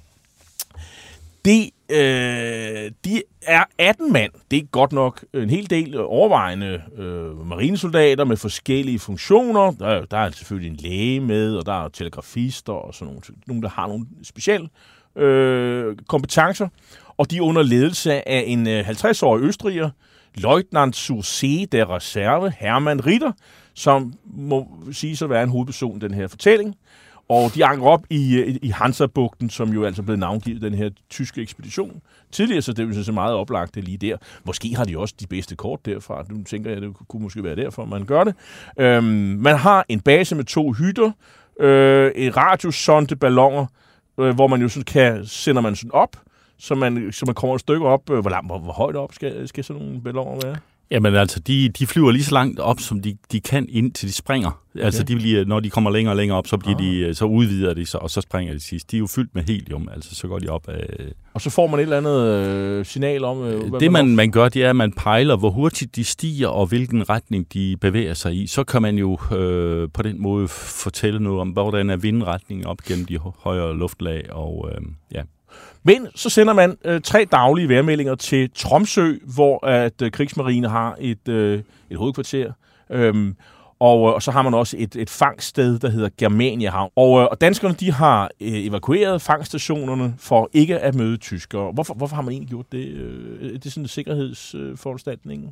de, øh, de er atten mand. Det er godt nok en hel del overvejende øh, marinesoldater med forskellige funktioner. Der er, der er selvfølgelig en læge med, og der er telegrafister og sådan nogle, nogle der har nogle specielle øh, kompetencer. Og de er under ledelse af en øh, halvtreds-årig østriger, Leutnant zur See der Reserve, Hermann Ritter, som må sige at være en hovedperson i den her fortælling. Og de anker op i, i Hansa-bugten, som jo altså blev navngivet den her tyske ekspedition. Tidligere, så det er jo så meget oplagt det lige der. Måske har de også de bedste kort derfra. Nu tænker jeg, det kunne måske være derfor, man gør det. Øhm, man har en base med to hytter, øh, en radiosondeballoner, øh, hvor man jo sådan kan, sender man sådan op, så man, så man kommer et stykke op. Hvor, langt, hvor, hvor højt op skal, skal sådan nogle balloner være? Jamen altså, de, de flyver lige så langt op, som de, de kan, indtil de springer. Okay. Altså, de bliver, når de kommer længere og længere op, så, bliver ah. de, så udvider de sig, og så springer de sidst. De er jo fyldt med helium, altså så går de op af... Og så får man et eller andet øh, signal om... Øh, det, man, man gør, det er, at man pejler, hvor hurtigt de stiger, og hvilken retning de bevæger sig i. Så kan man jo øh, på den måde fortælle noget om, hvordan er vindretningen op gennem de højere luftlag, og øh, ja... Men så sender man øh, tre daglige vejrmeldinger til Tromsø, hvor at øh, Krigsmarine har et, øh, et hovedkvarter. Øhm, og, og så har man også et, et fangststed, der hedder Germaniahavn. Og, øh, og danskerne de har øh, evakueret fangstationerne for ikke at møde tyskere. Hvorfor, hvorfor har man egentlig gjort det? Øh, det er sådan en sikkerhedsforanstaltning.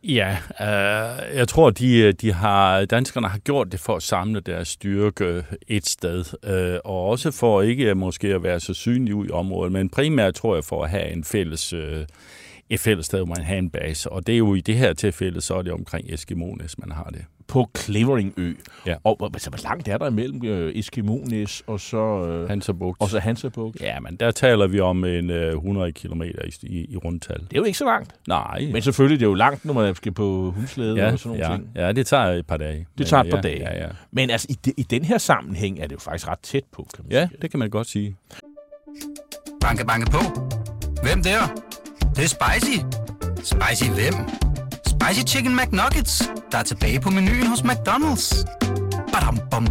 Ja, øh, jeg tror, de, de har, danskerne har gjort det for at samle deres styrke et sted, øh, og også for ikke måske at være så synlige ud i området, men primært tror jeg for at have en fælles, øh, et fælles sted, hvor man har en base, og det er jo i det her tilfælde, så er det omkring Eskimones, man har det. På Cleveringø. Ja. Og altså, hvor langt er der imellem øh, Eskimones og så øh, Hansabugt. Og så Hansabugt? Ja, men der taler vi om en øh, hundrede kilometer i, i, i rundtal. Det er jo ikke så langt. Nej. Men selvfølgelig, det er jo langt, når man skal på hundslæde ja, og sådan nogle ja, ting. Ja, det tager et par dage. Det tager et par ja, dage. Ja, ja. Men altså, i, de, i den her sammenhæng er det jo faktisk ret tæt på, kan man ja, sige. det kan man godt sige. Banke, banke på. Hvem der? Det er spicy. Spicy hvem? Spicy Chicken McNuggets, der er tilbage på menuen hos McDonald's. Badum, bom,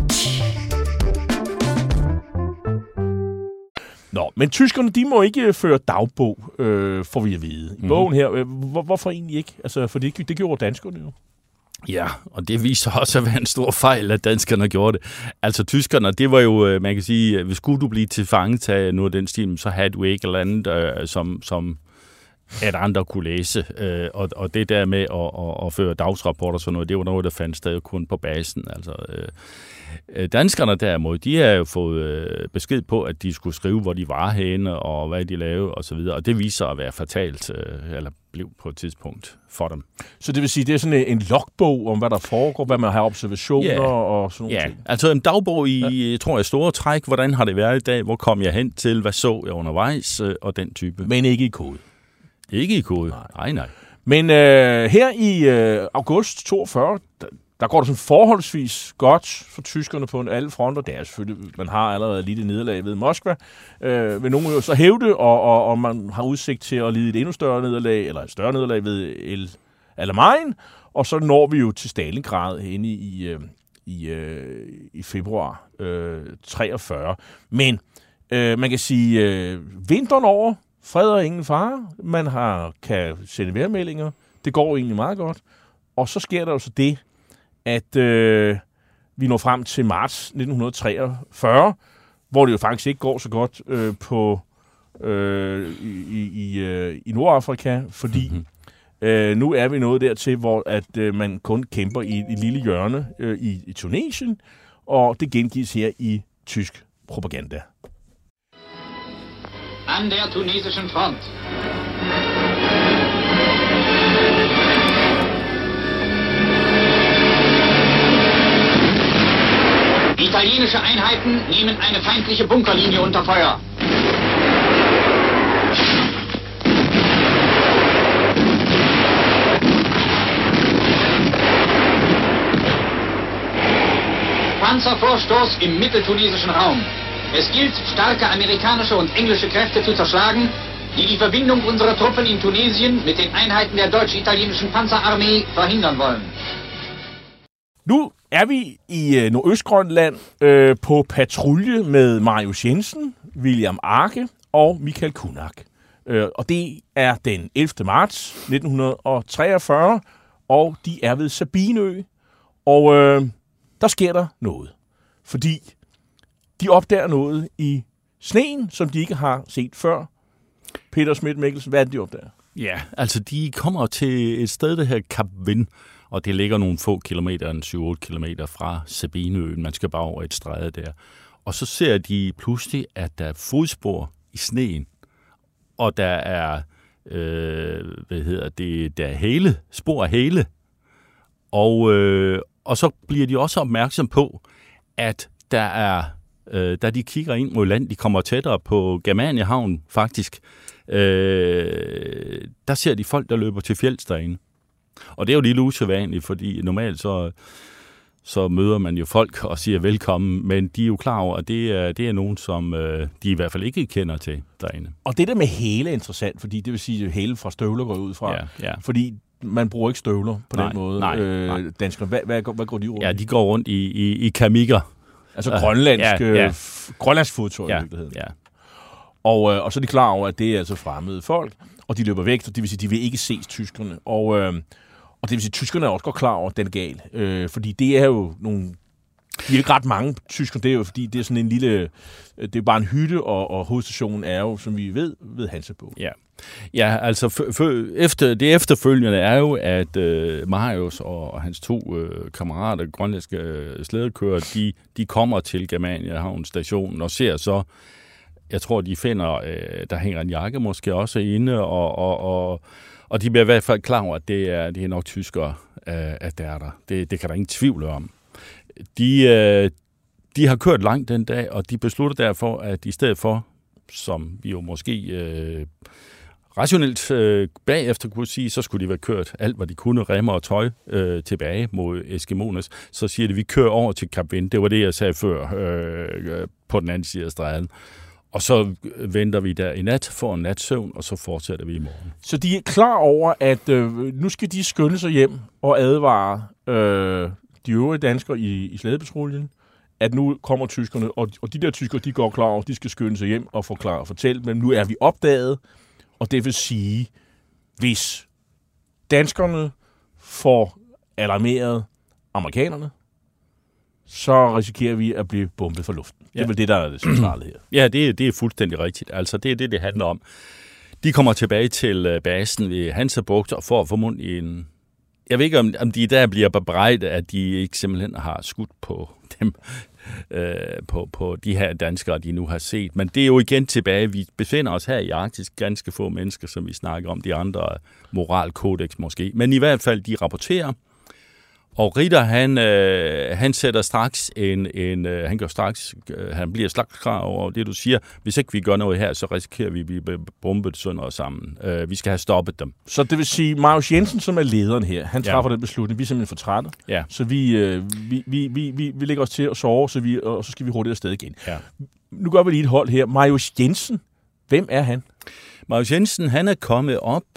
Nå, men tyskerne, de må ikke føre dagbog, øh, får vi at vide. I bogen her, øh, hvor, hvorfor egentlig ikke? Altså, for det, det gjorde danskerne jo. Ja, og det viser også at være en stor fejl, at danskerne gjorde det. Altså tyskerne, det var jo, man kan sige, hvis skulle du blive til fangetaget noget af den stil, så havde du ikke et eller andet, øh, som, som at andre kunne læse. Øh, og, og det der med at, at, at føre dagsrapporter og sådan noget, det var noget, der fandt sted kun på basen. Altså, øh, danskerne derimod, de har jo fået øh, besked på, at de skulle skrive, hvor de var henne, og hvad de lavede, og så videre. Og det viser at være fatalt, øh, eller blev på et tidspunkt for dem. Så det vil sige, det er sådan en logbog om, hvad der foregår, hvad man har observationer ja. og sådan nogle ja. ting? Altså en dagbog i, ja. tror jeg, store træk. Hvordan har det været i dag? Hvor kom jeg hen til? Hvad så jeg undervejs? Øh, og den type. Men ikke i kode? Ikke i kode. Nej, nej. nej. Men øh, her i øh, august toogfyrre, der, der går det sådan forholdsvis godt for tyskerne på alle fronter. Det er selvfølgelig, man har allerede lidt nederlag ved Moskva. Øh, vil nogen jo så hævde, og, og, og man har udsigt til at lide et endnu større nederlag, eller et større nederlag ved El Alamein. Og så når vi jo til Stalingrad inde i, øh, i, øh, i februar øh, treogfyrre. Men øh, man kan sige, øh, vinteren over, fred og ingen fare. Man har, kan sende vejrmeldinger. Det går egentlig meget godt. Og så sker der jo så det, at øh, vi når frem til marts nitten treogfyrre, hvor det jo faktisk ikke går så godt øh, på øh, i, i, øh, i Nordafrika, fordi mm-hmm. øh, nu er vi nået dertil, hvor at øh, man kun kæmper i et lille hjørne øh, i, i Tunesien, og det gengives her i tysk propaganda. An der tunesischen Front. Italienische Einheiten nehmen eine feindliche Bunkerlinie unter Feuer. Panzervorstoß im mitteltunesischen Raum. Es gilt, starke amerikanische und englische Kräfte zu zerschlagen, die die Verbindung unserer Truppen in Tunesien mit den Einheiten der deutsch-italienischen Panzerarmee verhindern wollen. Nu er vi i øh, Nordøstgrønland øh, på patrulje med Marius Jensen, William Arke og Michael Kunak. Øh, og det er den ellevte marts nitten treogfyrre, og de er ved Sabinø. Og øh, der sker der noget, fordi de opdager noget i sneen, som de ikke har set før. Peter Schmidt Mikkelsen, hvad er det, de opdager? Ja, altså de kommer til et sted, der hedder Kap Vind, og det ligger nogle få kilometer, en syv otte kilometer fra Sabinøen. Man skal bare over et stræde der. Og så ser de pludselig, at der er fodspor i sneen, og der er, øh, hvad hedder det, der er hæle, spor af hæle. Og, øh, og så bliver de også opmærksom på, at der er, øh, da de kigger ind mod land, de kommer tættere på Germaniehavn faktisk, øh, der ser de folk, der løber til fjelds derinde. Og det er jo lidt usædvanligt, fordi normalt så, så møder man jo folk og siger velkommen, men de er jo klar over, at det er, det er nogen, som øh, de i hvert fald ikke kender til derinde. Og det der med hæle er interessant, fordi det vil sige, at hæle fra støvler går ud fra. Ja, ja. Fordi man bruger ikke støvler på nej, den måde. Nej, øh, nej. Danskerne, hvad, hvad, hvad går de rundt Ja, de går rundt i, i, i kamikker. Altså grønlandsk, ja, ja. f- grønlandsk fodtøj ja, i virkeligheden. Ja. Og, øh, og så er de klar over, at det er altså fremmede folk, og de løber væk, så det vil sige, at de vil ikke ses tyskerne. Og, øh, og det vil sige, at tyskerne er også godt klar over, at den er gal. Øh, fordi det er jo nogle De er ikke ret mange tyskere, det er jo fordi, det er sådan en lille... Det er bare en hytte, og, og hovedstationen er jo, som vi ved, ved Hansebåd. Ja, ja altså f- f- efter, det efterfølgende er jo, at øh, Marius og, og hans to øh, kammerater, grønlandske øh, slædekører, de, de kommer til Germania Havn stationen og ser så, jeg tror, de finder, øh, der hænger en jakke måske også inde, og, og, og, og de bliver i hvert fald klar over, at det er, det er nok tyskere, øh, at der er der. Det, det kan der ingen tvivl om. De, øh, de har kørt langt den dag, og de beslutter derfor, at i stedet for, som vi jo måske øh, rationelt øh, bagefter kunne sige, så skulle de være kørt alt, hvad de kunne, remmer og tøj, øh, tilbage mod Eskimones. Så siger de, vi kører over til Kap Wind. Det var det, jeg sagde før, øh, på den anden side af stranden. Og så venter vi der i nat, får en natsøvn, og så fortsætter vi i morgen. Så de er klar over, at øh, nu skal de skynde sig hjem og advare øh, de øvrige danskere i, i slædepatruljen, at nu kommer tyskerne, og, og de der tyskere, de går klar over, at de skal skynde sig hjem og forklare og fortælle, men nu er vi opdaget, og det vil sige, hvis danskerne får alarmeret amerikanerne, så risikerer vi at blive bombet fra luften. Ja. Det er vel det, der er det centrale her. Ja, det, det er fuldstændig rigtigt. Altså, det er det, det handler om. De kommer tilbage til basen ved Hansabugt og får formodentlig en... Jeg ved ikke, om, om de der bliver bebrejdet, at de ikke simpelthen har skudt på dem, øh, på, på de her danskere, de nu har set. Men det er jo igen tilbage. Vi befinder os her i Arktis, ganske få mennesker, som vi snakker om, de andre moralkodex måske. Men i hvert fald, de rapporterer. Og Ritter, han, øh, han sætter straks en, en øh, han gør straks, øh, han bliver straks klar over det, du siger. Hvis ikke vi gør noget her, så risikerer vi at blive bombet sønder og sammen. Øh, vi skal have stoppet dem. Så det vil sige, Marius Jensen, som er lederen her, han træffer ja. den beslutning. Vi er simpelthen for trætte. Ja. Så vi, øh, vi, vi, vi, vi, vi lægger os til at sove, så vi, og så skal vi hurtigt afsted igen. Ja. Nu gør vi lige et hold her. Marius Jensen, hvem er han? Marius Jensen, han er kommet op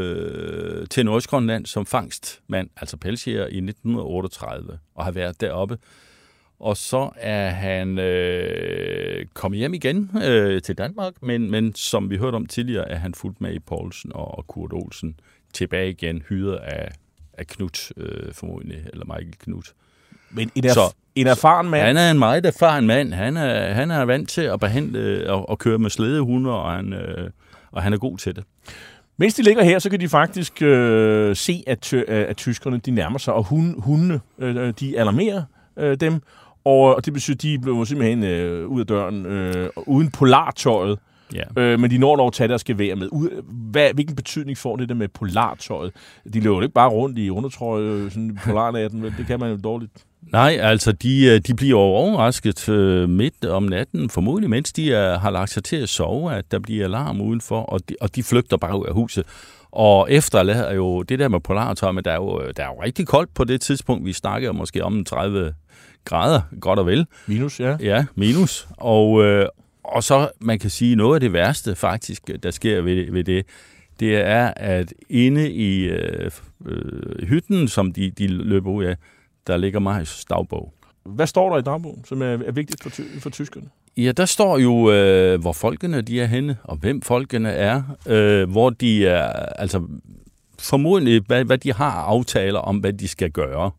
øh, til Nordøstgrønland som fangstmand, altså pelsjæger, i nitten otteogtredive, og har været deroppe. Og så er han øh, kommet hjem igen øh, til Danmark, men, men som vi hørte om tidligere, er han fulgt med i Poulsen og Kurt Olsen tilbage igen, hyret af, af Knut, øh, formodentlig, eller Michael Knut. Men en, erf- så, en erfaren mand? Han er en meget erfaren mand. Han er, han er vant til at behandle og, og køre med slædehunder, og han... Øh, Og han er god til det. Mens de ligger her, så kan de faktisk øh, se, at, øh, at tyskerne de nærmer sig, og hun, hundene øh, de alarmerer øh, dem. Og, og det betyder, at de bliver simpelthen øh, ud af døren øh, uden polartøjet. Ja. Øh, men de når dog at tage deres gevær med. Hvad, hvilken betydning får det der med polartøjet? De løber ikke bare rundt i undertrøje sådan polarnatten. Det kan man jo dårligt. Nej, altså de, de bliver overrasket øh, midt om natten, formodentlig mens de er, har lagt sig til at sove, at der bliver alarm udenfor, og de, og de flygter bare ud af huset. Og efterlader jo det der med polartøj, men der er, jo, der er jo rigtig koldt på det tidspunkt, vi snakker måske om tredive grader, godt og vel. Minus, ja. Ja, minus. Og, øh, og så, man kan sige, noget af det værste faktisk, der sker ved, ved det, det er, at inde i øh, øh, hytten, som de, de løber ud af, der ligger Marius' dagbog. Hvad står der i dagbogen, som er, er vigtigt for, ty- for tyskerne? Ja, der står jo, øh, hvor folkene de er henne, og hvem folkene er, øh, hvor de er, altså formodentlig, hvad, hvad de har aftaler om, hvad de skal gøre.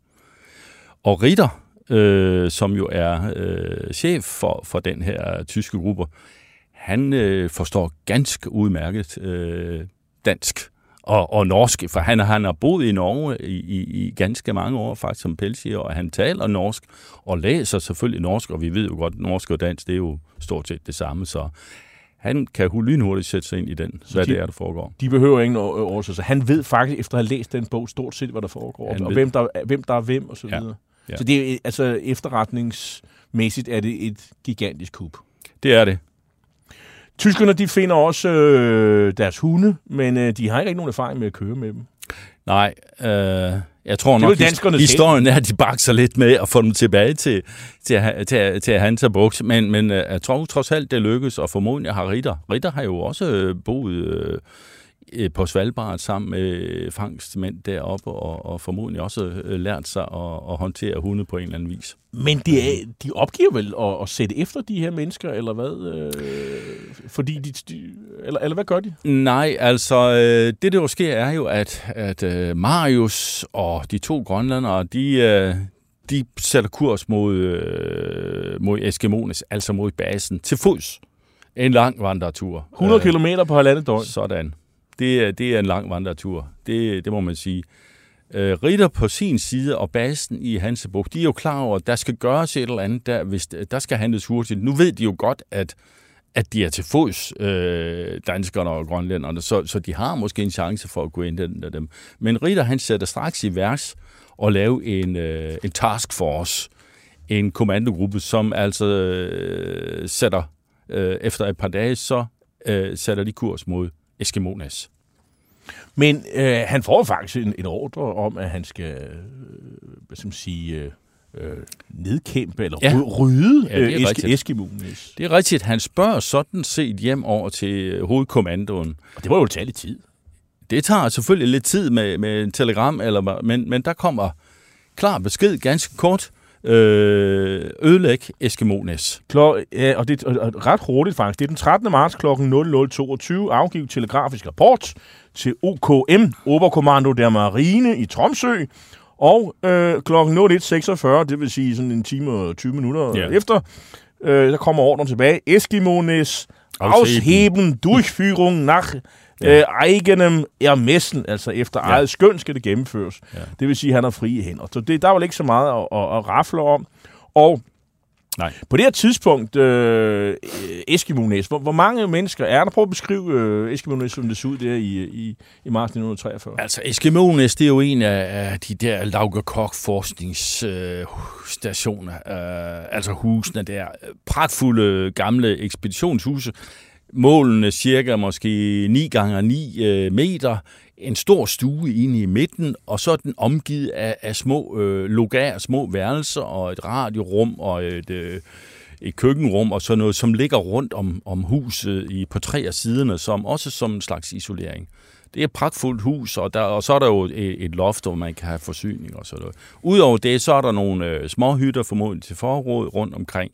Og Ritter, øh, som jo er øh, chef for, for den her tyske gruppe, han øh, forstår ganske udmærket øh, dansk. Og, og norsk, for han, han har boet i Norge i, i, i ganske mange år, faktisk som pelsjæger, og han taler norsk, og læser selvfølgelig norsk, og vi ved jo godt, at norsk og dansk, det er jo stort set det samme, så han kan jo lynhurtigt sætte sig ind i den, hvad de, det er, der foregår. De behøver ingen oversættelse. Han ved faktisk, efter at have læst den bog, stort set, hvad der foregår, han og hvem der, hvem der er hvem, og så videre. Ja, ja. Så det er, altså efterretningsmæssigt er det et gigantisk kup. Det er det. Tyskerne, de finder også øh, deres hunde, men øh, de har ikke nogen erfaring med at køre med dem. Nej, øh, jeg tror nok, at historien er, at de bakser lidt med at få dem tilbage til, til, til, til Hansabugt, men, men øh, jeg tror trods alt, det lykkes, og formodentlig har Ritter. Ritter har jo også øh, boet øh, på Svalbard sammen med fangstmænd deroppe, og, og formodentlig også øh, lært sig at, at håndtere hunde på en eller anden vis. Men de, er, de opgiver vel at, at sætte efter de her mennesker, eller hvad? Øh, fordi de, de eller, eller hvad gør de? Nej, altså øh, det der jo sker er jo, at, at øh, Marius og de to grønlandere, de, øh, de sætter kurs mod, øh, mod Eskimones, altså mod basen, til fods. En lang vandretur. hundrede kilometer på halvandet døgn. Sådan. Det er, det er en lang vandretur. Det, det må man sige. Øh, Ritter på sin side og basen i Hansebuk, de er jo klar over, at der skal gøres et eller andet, der, hvis der skal handles hurtigt. Nu ved de jo godt, at, at de er til fods, øh, danskerne og grønlænderne, så, så de har måske en chance for at gå ind af dem. Men Ritter, han sætter straks i værks og lave en, øh, en taskforce, en kommandogruppe, som altså øh, sætter, øh, efter et par dage, så øh, sætter de kurs mod Eskimones. Men øh, han får faktisk en, en ordre om, at han skal øh, hvad skal man sige, øh, nedkæmpe eller ja. rydde ja, øh, eske, Eskimones. Det er rigtigt. Han spørger sådan set hjem over til hovedkommandoen. Og det må jo tage lidt tid. Det tager selvfølgelig lidt tid med, med en telegram, eller, men, men der kommer klar besked, ganske kort. Øh, ødelæg Eskimones. Klar, ja, og det er ret hurtigt faktisk. Det er den trettende marts klokken nul nul toogtyve afgiv telegrafisk rapport til O K M, Oberkommando der Marine i Tromsø, og øh, klokken nul et seksogfyrre, det vil sige sådan en time og tyve minutter ja. efter, øh, der kommer ordren tilbage. Eskimones ausheben Durchführung nach ja. øh, eigenem Ermessen, altså efter ja. eget skøn skal det gennemføres. Ja. Det vil sige, at han har frie hænder. Så det, der er vel ikke så meget at, at, at rafle om. Og Nej. På det her tidspunkt, øh, Eskimones, hvor, hvor mange mennesker er der? Prøv at beskrive øh, Eskimones, som det så ud der i, i, i marts nitten treogfyrre. Altså, Eskimones, det er jo en af, af de der Laugerkork-forskningsstationer, øh, altså husene der. Pragtfulde gamle ekspeditionshuse. Målene cirka måske ni gange ni øh, meter. En stor stue inde i midten, og så er den omgivet af, af små øh, logaer, små værelser og et radiorum og et, øh, et køkkenrum og sådan noget, som ligger rundt om, om huset i, på tre af siderne, som også som en slags isolering. Det er et pragtfuldt hus, og, der, og så er der jo et, et loft, hvor man kan have forsyning og sådan noget. Udover det, så er der nogle øh, små hytter formodentlig til forråd rundt omkring.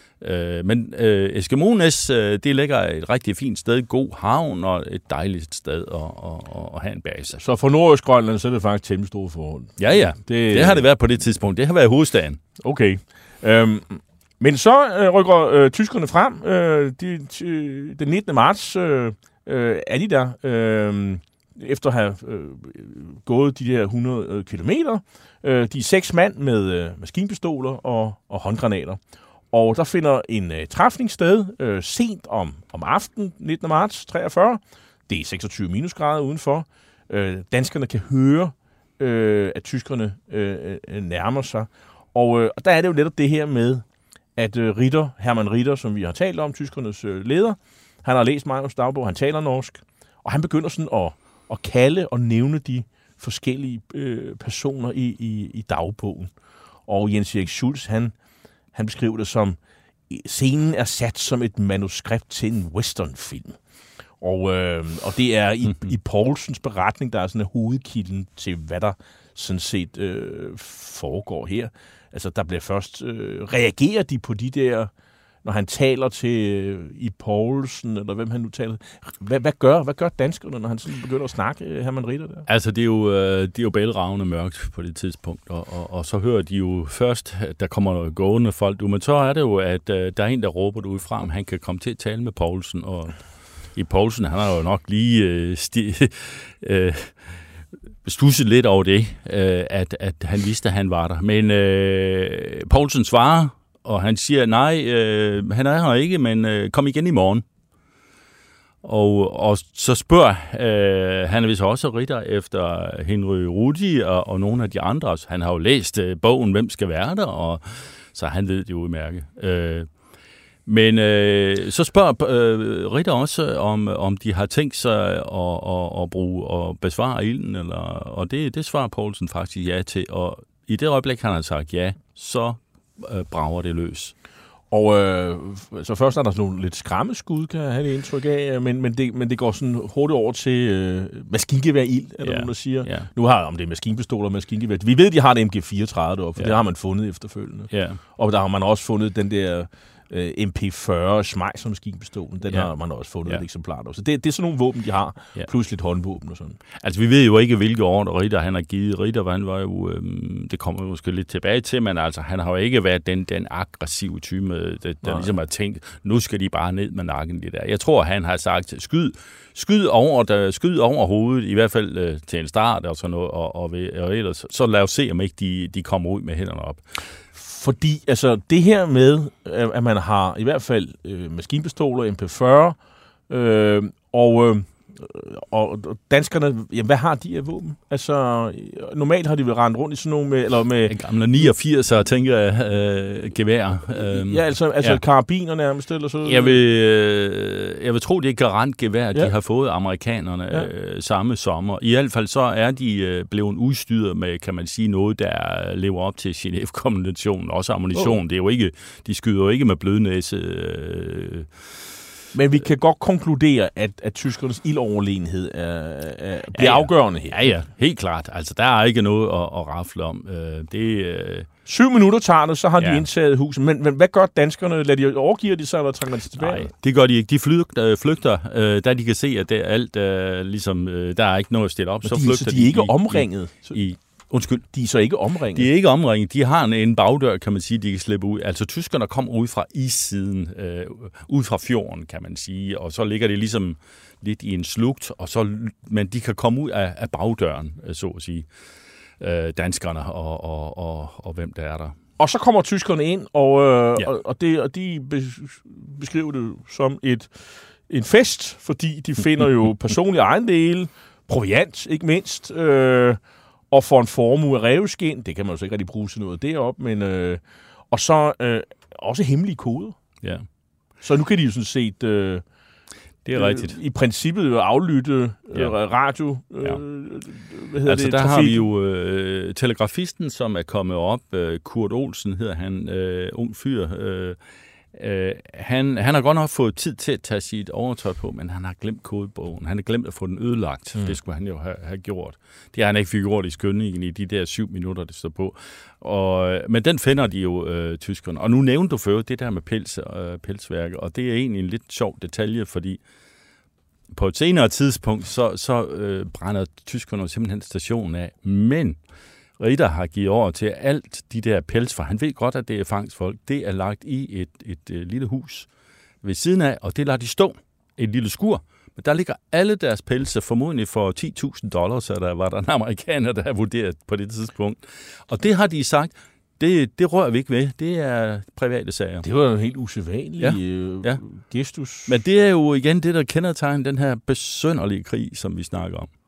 Øh, men øh, Eskimones, øh, det ligger et rigtig fint sted, god havn og et dejligt sted at, at, at have en base. Så for Nordøstgrønland, så er det faktisk temmelig store forhold. Ja, ja. Det, det har det været på det tidspunkt. Det har været hovedstaden. Okay. Øhm, men så øh, rykker øh, tyskerne frem. Øh, de, de, den nittende marts øh, øh, er de der, øh, efter at have øh, gået de der hundrede kilometer. Øh, de er seks mand med øh, maskinpistoler og, og håndgranater. Og der finder en øh, træfning sted øh, sent om, om aftenen, nittende marts treogfyrre. Det er seksogtyve minusgrader udenfor. Øh, danskerne kan høre, øh, at tyskerne øh, øh, nærmer sig. Og, øh, og der er det jo netop det her med, at øh, Ritter, Hermann Ritter, som vi har talt om, tyskernes øh, leder, han har læst Majors dagbog, han taler norsk, og han begynder sådan at, at kalde og nævne de forskellige øh, personer i, i, i dagbogen. Og Jens Erik Schultz, han Han beskriver det som, scenen er sat som et manuskript til en westernfilm. Og, øh, og det er i, mm-hmm. i Poulsens beretning, der er sådan en hovedkilden til, hvad der sådan set øh, foregår her. Altså, der bliver først, øh, reagerer de på de der, når han taler til øh, i Poulsen, eller hvem han nu taler. Hvad, hvad, gør, hvad gør danskerne, når han sådan begynder at snakke, øh, Hermann Ritter der? Altså, det er jo, øh, det er jo bælragende mørkt på det tidspunkt, og, og, og så hører de jo først, at der kommer noget gående folk, men så er det jo, at øh, der er en, der råber det udefra, om han kan komme til at tale med Poulsen, og i Poulsen, han har jo nok lige øh, sti, øh, stusset lidt over det, øh, at, at han vidste, at han var der. Men øh, Poulsen svarer, og han siger, nej, øh, han er her ikke, men øh, kom igen i morgen. Og, og så spørger øh, han er vist også Ritter efter Henry Rudi og, og nogle af de andre. Han har jo læst øh, bogen, hvem skal være der, og så han ved det jo udmærket. Øh, men øh, så spørger øh, Ritter også, om, om de har tænkt sig at, at, at bruge og besvare ilden, eller, og det, det svarer Poulsen faktisk ja til. Og i det øjeblik, han har sagt ja, så øh, brager det løs. Og øh, så først er der sådan nogle lidt skræmmeskud, kan jeg have det indtryk af, men, men, det, men det går sådan hurtigt over til øh, maskingevær-ild, er der ja. nogen, der siger. Ja. Nu har om det er maskinpistoler og maskingevær. Vi ved, de har det M G fireogtredive deroppe, for ja. det har man fundet efterfølgende. Ja. Og der har man også fundet den der øh, M P fyrre Schmeisser maskinpistolen. Den ja. har man også fundet ja. et eksemplar af. Så det, det er sådan nogle våben, de har, ja. plus lidt håndvåben og sådan. Altså, vi ved jo ikke, hvilke ordre Ritter han har givet. Ritter, han var jo, øhm, det kommer vi måske lidt tilbage til, men altså, han har jo ikke været den, den aggressive type, der, der ligesom har tænkt, nu skal de bare ned med nakken, det der. Jeg tror, han har sagt, skyd, skyd over, der, skyd over hovedet, i hvert fald øh, til en start og sådan noget, og, og, ved, og ellers, så lad os se, om ikke de, de kommer ud med hænderne op. Fordi altså, det her med, at man har i hvert fald øh, maskinpistoler, M P fyrre, øh, og, øh, og danskerne, jamen, hvad har de af våben? Altså, normalt har de vel rendt rundt i sådan nogle med... Eller med en gamle niogfirs'er, tænker jeg, øh, gevær. Øh, ja, altså, altså ja. karabiner nærmest, eller så... Jeg vil, øh, jeg vil tro, det er garantgevær, ja. de har fået amerikanerne ja. øh, samme sommer. I hvert fald så er de øh, blevet udstyret med, kan man sige, noget, der lever op til Genève-konventionen, også ammunition. Oh. Det er jo ikke, de skyder jo ikke med blødnæse... Øh, Men vi kan godt konkludere, at, at tyskernes ildoverlegenhed er, er, bliver ja, ja. afgørende her. Ja, ja, helt klart. Altså, der er ikke noget at, at rafle om. Øh, det, øh... Syv minutter tager det, så har ja. de indtaget huset. Men, men hvad gør danskerne? Lader de overgive de sig, eller trænger man tilbage? Nej, det gør de ikke. De flygter, flygter øh, da de kan se, at det er alt, øh, ligesom, øh, der er ikke noget at stille op. Men så de, flygter så de er ikke i, omringet? I, i, Undskyld. De er så ikke omringet? De er ikke omringet. De har en, en bagdør, kan man sige, de kan slippe ud. Altså, tyskerne kommer ud fra issiden, øh, ud fra fjorden, kan man sige, og så ligger det ligesom lidt i en slugt, og så, men de kan komme ud af, af bagdøren, så at sige, øh, danskerne og, og, og, og hvem der er der. Og så kommer tyskerne ind, og, øh, ja. og, og, det, og de beskriver det som et, en fest, fordi de finder jo personlige ejendele, proviant, ikke mindst, øh, og får en formue af ræveskin. Det kan man jo så ikke rigtig bruge til noget deroppe, men øh, og så øh, også hemmelige koder. Ja. Så nu kan de jo sådan set øh, det er rigtigt. Øh, i princippet aflytte øh, ja. radio. Øh, ja. Hvad hedder altså det? Der Trafik. har vi jo øh, telegrafisten, som er kommet op. Øh, Kurt Olsen hedder han, øh, ung fyr. Øh, Uh, han, han har godt nok fået tid til at tage sit overtøj på, men han har glemt kodebogen. Han har glemt at få den ødelagt. Mm. Det skulle han jo have, have gjort. Det har han ikke fik gjort i skyndingen i de der syv minutter, det står på. Og, men den finder de jo, øh, tyskerne. Og nu nævnte du før det der med pels, øh, pelsværket, og det er egentlig en lidt sjov detalje, fordi på et senere tidspunkt, så, så øh, brænder tyskerne simpelthen stationen af. Men Ritter har givet over til alt de der pels, for han ved godt, at det er fangstfolk. Det er lagt i et, et, et lille hus ved siden af, og det lader de stå. Et lille skur. Men der ligger alle deres pelse, formodentlig for ti tusind dollars, så der var der en amerikaner, der har vurderet på det tidspunkt. Og det har de sagt, det, det rører vi ikke ved. Det er private sager. Det var jo en helt usædvanlig ja. øh, ja. gestus. Men det er jo igen det, der kendetegner den her besynderlige krig, som vi snakker om.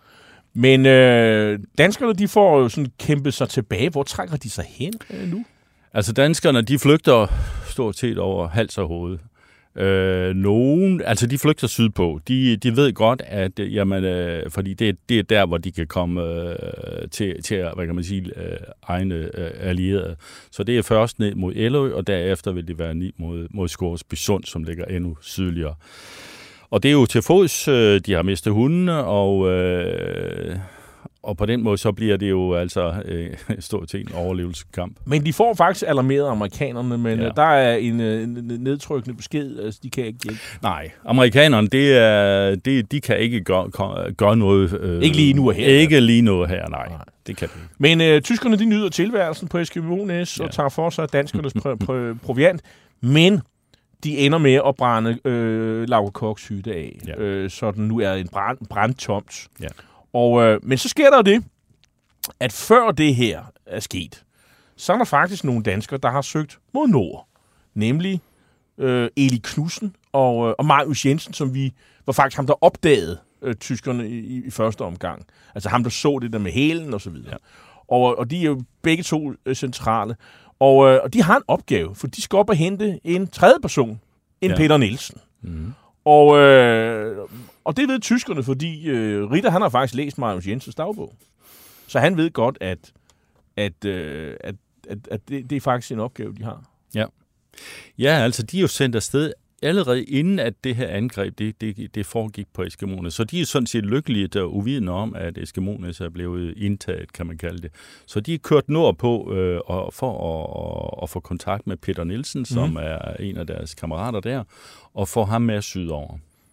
Men øh, danskerne, de får jo sådan kæmpet sig tilbage. Hvor trækker de sig hen øh, nu? Altså danskerne, de flygter stort set over hals og hoved. Øh, nogen, altså de flygter sydpå. De, de ved godt, at jamen, øh, fordi det, det er der, hvor de kan komme øh, til, til hvad kan man sige, øh, egne øh, allierede. Så det er først ned mod Ælø, og derefter vil det være ned mod, mod Scoresbysund, som ligger endnu sydligere. Og det er jo til fods, de har mistet hundene, og, øh, og på den måde så bliver det jo altså øh, stort set en overlevelseskamp. Men de får faktisk alarmeret amerikanerne, men ja. der er en, en nedtrykkende besked, altså de kan ikke hjælpe. Nej, amerikanerne, det er, det, de kan ikke gøre, gøre noget. Øh, ikke lige nu og her. Ikke ja. lige nu og her, nej. nej. Det kan de ikke. Men øh, tyskerne, de nyder tilværelsen på Eskimones ja. og tager for sig af danskernes pr- pr- proviant, men de ender med at brænde øh, Lauke Kochs hytte af, ja. øh, så den nu er en brand, brandtomt. Ja. Og, øh, men så sker der jo det, at før det her er sket, så er der faktisk nogle danskere, der har søgt mod nord. Nemlig øh, Eli Knudsen og, øh, og Marius Jensen, som vi var faktisk ham, der opdagede øh, tyskerne i, i første omgang. Altså ham, der så det der med hælen og så videre. Ja. Og, og de er jo begge to øh, centrale. Og, øh, og de har en opgave, for de skal op og hente en tredje person, en ja. Peter Nielsen. Mm. Og, øh, og det ved tyskerne, fordi øh, Ritter, han har faktisk læst Marius Jensens dagbog. Så han ved godt, at, at, øh, at, at, at det, det er faktisk en opgave, de har. Ja. Ja, altså de er jo sendt afsted allerede inden at det her angreb, det, det, det foregik på eskimoerne. Så de er sådan set lykkelige og uvidende om, at eskimoerne er blevet indtaget, kan man kalde det. Så de er kørt nordpå øh, og for at, at få kontakt med Peter Nielsen, som mm. er en af deres kammerater der, og få ham med sydover.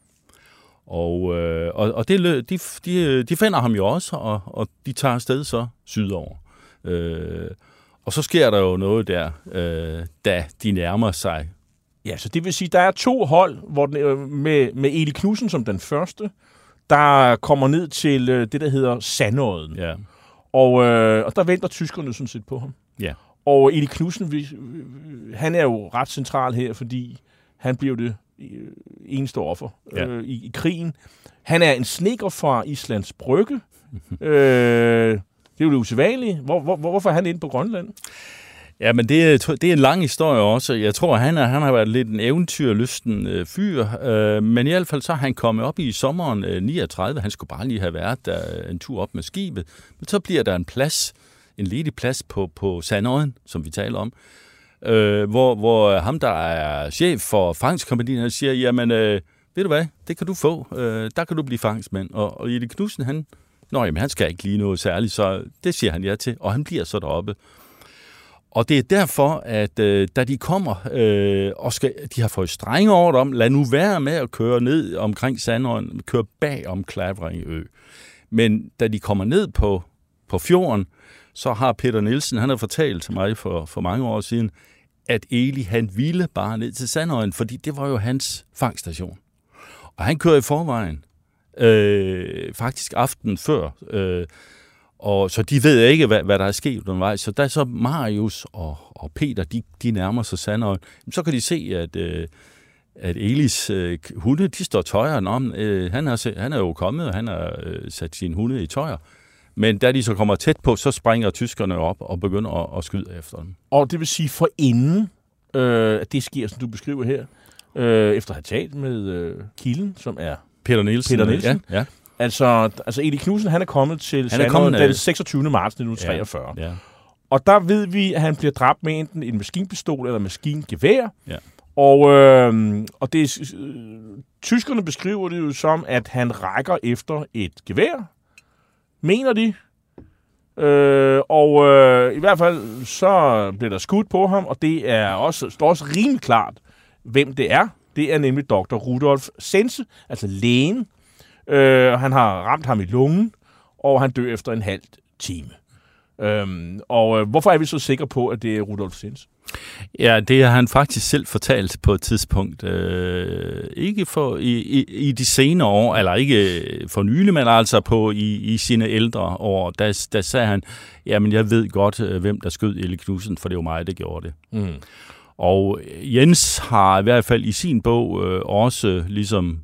Og, øh, og, og det, de, de, de finder ham jo også, og, og de tager afsted så sydover. Øh, og så sker der jo noget der, øh, da de nærmer sig. Ja, så det vil sige, der er to hold, hvor den, øh, med, med Eli Knudsen som den første, der kommer ned til øh, det, der hedder Sandodden. Ja. Og, øh, og der venter tyskerne sådan set på ham. Ja. Og Eli Knudsen, vi, han er jo ret central her, fordi han blev det eneste offer ja. øh, i, i krigen. Han er en snedker fra Islands Brygge. øh, det er jo det usædvanlige. Hvor, hvor, hvorfor er han inde på Grønland? Ja, men det, det er en lang historie også. Jeg tror, han, er, han har været lidt en eventyrlysten øh, fyr, øh, men i hvert fald så er han kommet op i sommeren øh, niogtredive. Han skulle bare lige have været der en tur op med skibet. Men så bliver der en plads, en ledig plads på, på Sandodden, som vi taler om, øh, hvor, hvor ham, der er chef for fangstkompagniet, han siger, jamen, øh, ved du hvad, det kan du få. Øh, der kan du blive fangstmand. Og, og Eli Knudsen, han, nå, jamen, han skal ikke lige noget særligt, så det siger han ja til, og han bliver så deroppe. Og det er derfor, at øh, da de kommer, øh, og skal, de har fået strenge ordre om, lad nu være med at køre ned omkring Sandodden, køre bag om Clavringø. Men da de kommer ned på, på fjorden, så har Peter Nielsen, han har fortalt til mig for, for mange år siden, at Eli, han ville bare ned til Sandodden, fordi det var jo hans fangststation. Og han kører i forvejen, øh, faktisk aftenen før, øh, og så de ved ikke, hvad, hvad der er sket undervejs. Så da så Marius og, og Peter, de, de nærmer sig Sandodden, så kan de se, at, øh, at Elis øh, hunde, de står tøjeren om. Øh, han, er, han er jo kommet, og han har øh, sat sine hunde i tøjer. Men da de så kommer tæt på, så springer tyskerne op og begynder at, at skyde efter dem. Og det vil sige, for inden øh, det sker, som du beskriver her, øh, efter at have talt med øh, kilden, som er Peter Nielsen. Peter Nielsen. Ja, ja. Altså, altså Eli Knudsen, han er kommet til Sandodden den seksogtyvende marts nitten treogfyrre. Ja, ja. Og der ved vi, at han bliver dræbt med enten en maskinpistol eller maskingevær. Ja. Og, øh, og det, øh, tyskerne beskriver det jo som, at han rækker efter et gevær. Mener de. Øh, og øh, i hvert fald så bliver der skudt på ham, og det er også, står også rimelig klart, hvem det er. Det er nemlig doktor Rudolf Sense, altså lægen. Øh, han har ramt ham i lungen, og han dør efter en halv time. Øhm, og øh, hvorfor er vi så sikre på, at det er Rudolf Sense? Ja, det har han faktisk selv fortalt på et tidspunkt. Øh, ikke for i, i, i de senere år, eller ikke for nylig, men altså på i, i sine ældre år, der, der sagde han, jamen jeg ved godt, hvem der skød Eli Knudsen, for det var mig, der gjorde det. Mm. Og Jens har i hvert fald i sin bog øh, også ligesom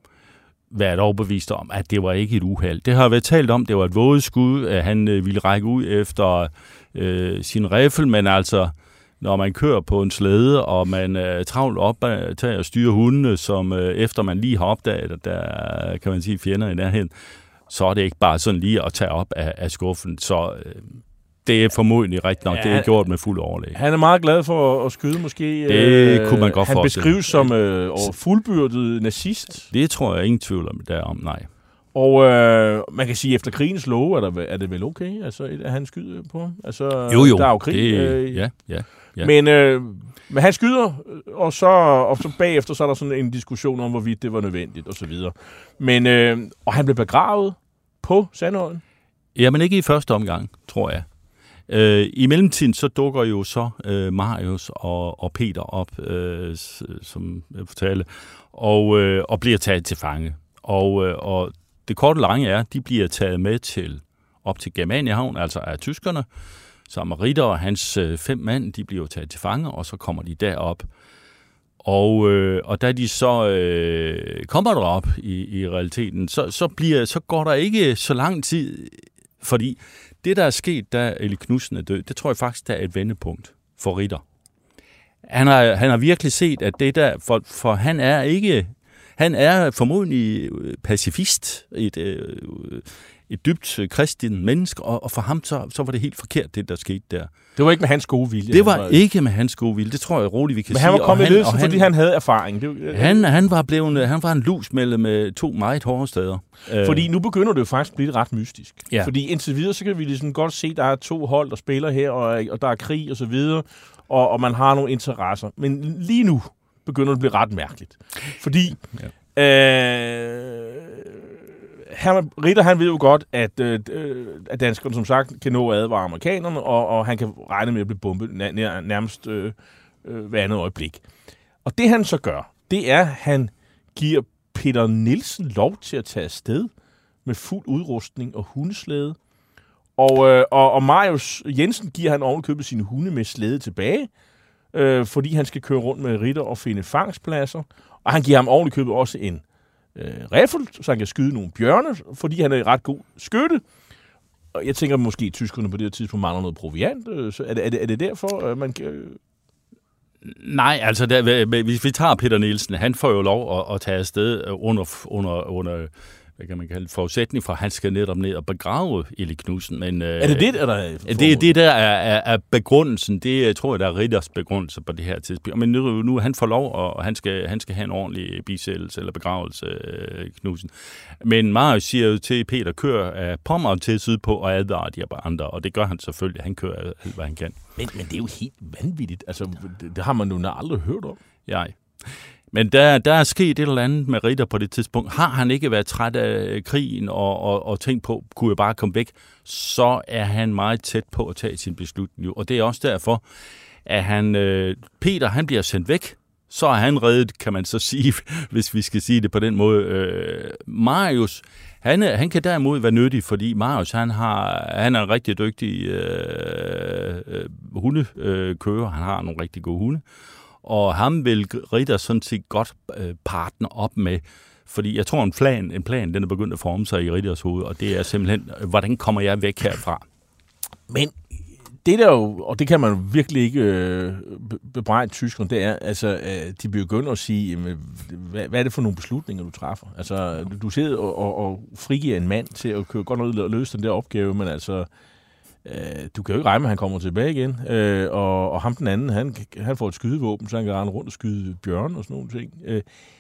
været overbevist om, at det var ikke et uheld. Det har været talt om, det var et vådeskud, at han øh, ville række ud efter øh, sin riffel, men altså, når man kører på en slæde, og man er øh, travlt op til at styre hundene, som øh, efter man lige har opdaget, at der kan man sige fjender i nærheden, så er det ikke bare sådan lige at tage op af, af skuffen. Så øh, det er formodentlig rigtigt nok. Ja, det er gjort med fuld overlæg. Han er meget glad for at skyde måske. Det øh, kunne man godt Han beskrives som øh, fuldbyrdet nazist. Det tror jeg ingen tvivl om derom, nej. Og øh, man kan sige, at efter krigens love, er, der, er det vel okay, altså, at han skyder på ham? Altså, jo, jo. Der er jo krig. Det, øh, ja, ja, ja. Men, øh, men han skyder, og så, og så bagefter så er der sådan en diskussion om, hvorvidt det var nødvendigt, og så videre. Men, øh, og han blev begravet på Sandodden? Jamen ikke i første omgang, tror jeg. Øh, I mellemtiden så dukker jo så øh, Marius og, og Peter op, øh, som jeg fortalte, og, øh, og bliver taget til fange. Og, øh, og det korte lange er, at de bliver taget med til op til Germaniahavn, altså af tyskerne, som Ritter og hans øh, fem mand, de bliver taget til fange, og så kommer de derop. Og, øh, og da de så øh, kommer derop i, i realiteten, så, så, bliver, så går der ikke så lang tid, fordi det, der er sket, da Eli Knudsen er død, det tror jeg faktisk, der er et vendepunkt for Ritter. Han har, han har virkelig set, at det der, for, for han er ikke, han er formodentlig pacifist, et, et dybt kristen menneske, og, og for ham så, så var det helt forkert, det der skete der. Det var ikke med hans gode vilje. Det var, var ikke med hans gode vilje, det tror jeg roligt, vi kan men sige. Men han var kommet i ledelsen, han, fordi han havde erfaring. Det, han, han, var blevet, han var en lus med, med to meget hårde steder. Fordi nu begynder det jo faktisk at blive ret mystisk. Ja. Fordi indtil videre, så kan vi ligesom godt se, at der er to hold, der spiller her, og, og der er krig og så videre, og, og man har nogle interesser. Men lige nu begynder det at blive ret mærkeligt. Fordi ja. øh, Herman Ritter, han ved jo godt, at, øh, at danskerne som sagt kan nå at advare amerikanerne, og, og han kan regne med at blive bombet nær, nærmest øh, øh, hver andet øjeblik. Og det han så gør, det er, at han giver Peter Nielsen lov til at tage afsted med fuld udrustning og hundeslæde. Og, øh, og, og Marius Jensen giver han ovenkøbet sine hunde med slæde tilbage, øh, fordi han skal køre rundt med Ritter og finde fangstpladser. Og han giver ham ovenkøbet også en øh, riffel, så han kan skyde nogle bjørne, fordi han er en ret god skytte. Og jeg tænker måske, at tyskerne på det her tidspunkt mangler noget proviant. Øh, så er, det, er, det, er det derfor, øh, man kan... Øh Nej, altså der, hvis vi tager Peter Nielsen, han får jo lov at, at tage afsted under, under, under hvad kan man kalde, forudsætning for, at han skal netop ned og begrave Eli Knudsen. Men, er det det, der er det, det der er, er, er begrundelsen, det jeg tror jeg, der er Ritters begrundelse på det her tidspunkt. Men nu, nu han får lov, og han skal, han skal have en ordentlig bisættelse eller begravelse af Knudsen. Men Marius siger jo til Peter, kør af Pommern til sydpå og advarer de andre, og det gør han selvfølgelig. Han kører alt, hvad han kan. Men, men det er jo helt vanvittigt. Altså, det, det har man jo aldrig hørt om. Nej. Men der, der er sket et eller andet med Ritter på det tidspunkt. Har han ikke været træt af krigen og, og, og tænkt på, kunne jeg bare komme væk, så er han meget tæt på at tage sin beslutning. Og det er også derfor, at han, øh, Peter han bliver sendt væk. Så er han reddet, kan man så sige, hvis vi skal sige det på den måde. Øh, Marius, han, han kan derimod være nyttig, fordi Marius han, har, han er en rigtig dygtig øh, øh, hundekører. Han har nogle rigtig gode hunde. Og ham vil Ritter sådan set godt øh, partner op med, fordi jeg tror, en plan, en plan den er begyndt at forme sig i Ritters hoved, og det er simpelthen, hvordan kommer jeg væk herfra? Men det der jo, og det kan man virkelig ikke øh, bebrejde tyskerne, det er, altså, øh, de begynder at sige, jamen, hvad, hvad er det for nogle beslutninger, du træffer? Altså, du sidder og, og, og frigiver en mand til at køre godt noget og løse den der opgave, men altså, du kan jo ikke regne med, at han kommer tilbage igen. Øh, og, og ham den anden, han, han får et skydevåben, så han kan rende rundt og skyde bjørn og sådan nogle ting. Øh,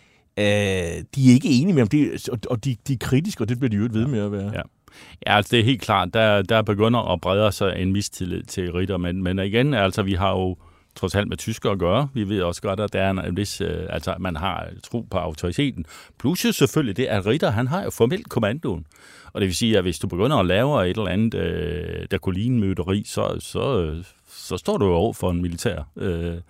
øh, de er ikke enige med ham, det, og, og de, de er kritiske, og det bliver de jo ved med at være. Ja, ja altså det er helt klart. Der, der begynder at brede sig en mistillid til Ritter, men, men igen, altså vi har jo trods alt med tyskere at gøre. Vi ved også godt, at der er en vis, øh, altså man har tro på autoriteten. Plus jo selvfølgelig det, at Ritter, han har jo formelt kommandoen. Og det vil sige, at hvis du begynder at lave et eller andet, øh, der kunne ligne møderi, så, så, så står du jo over for en militær øh, øh,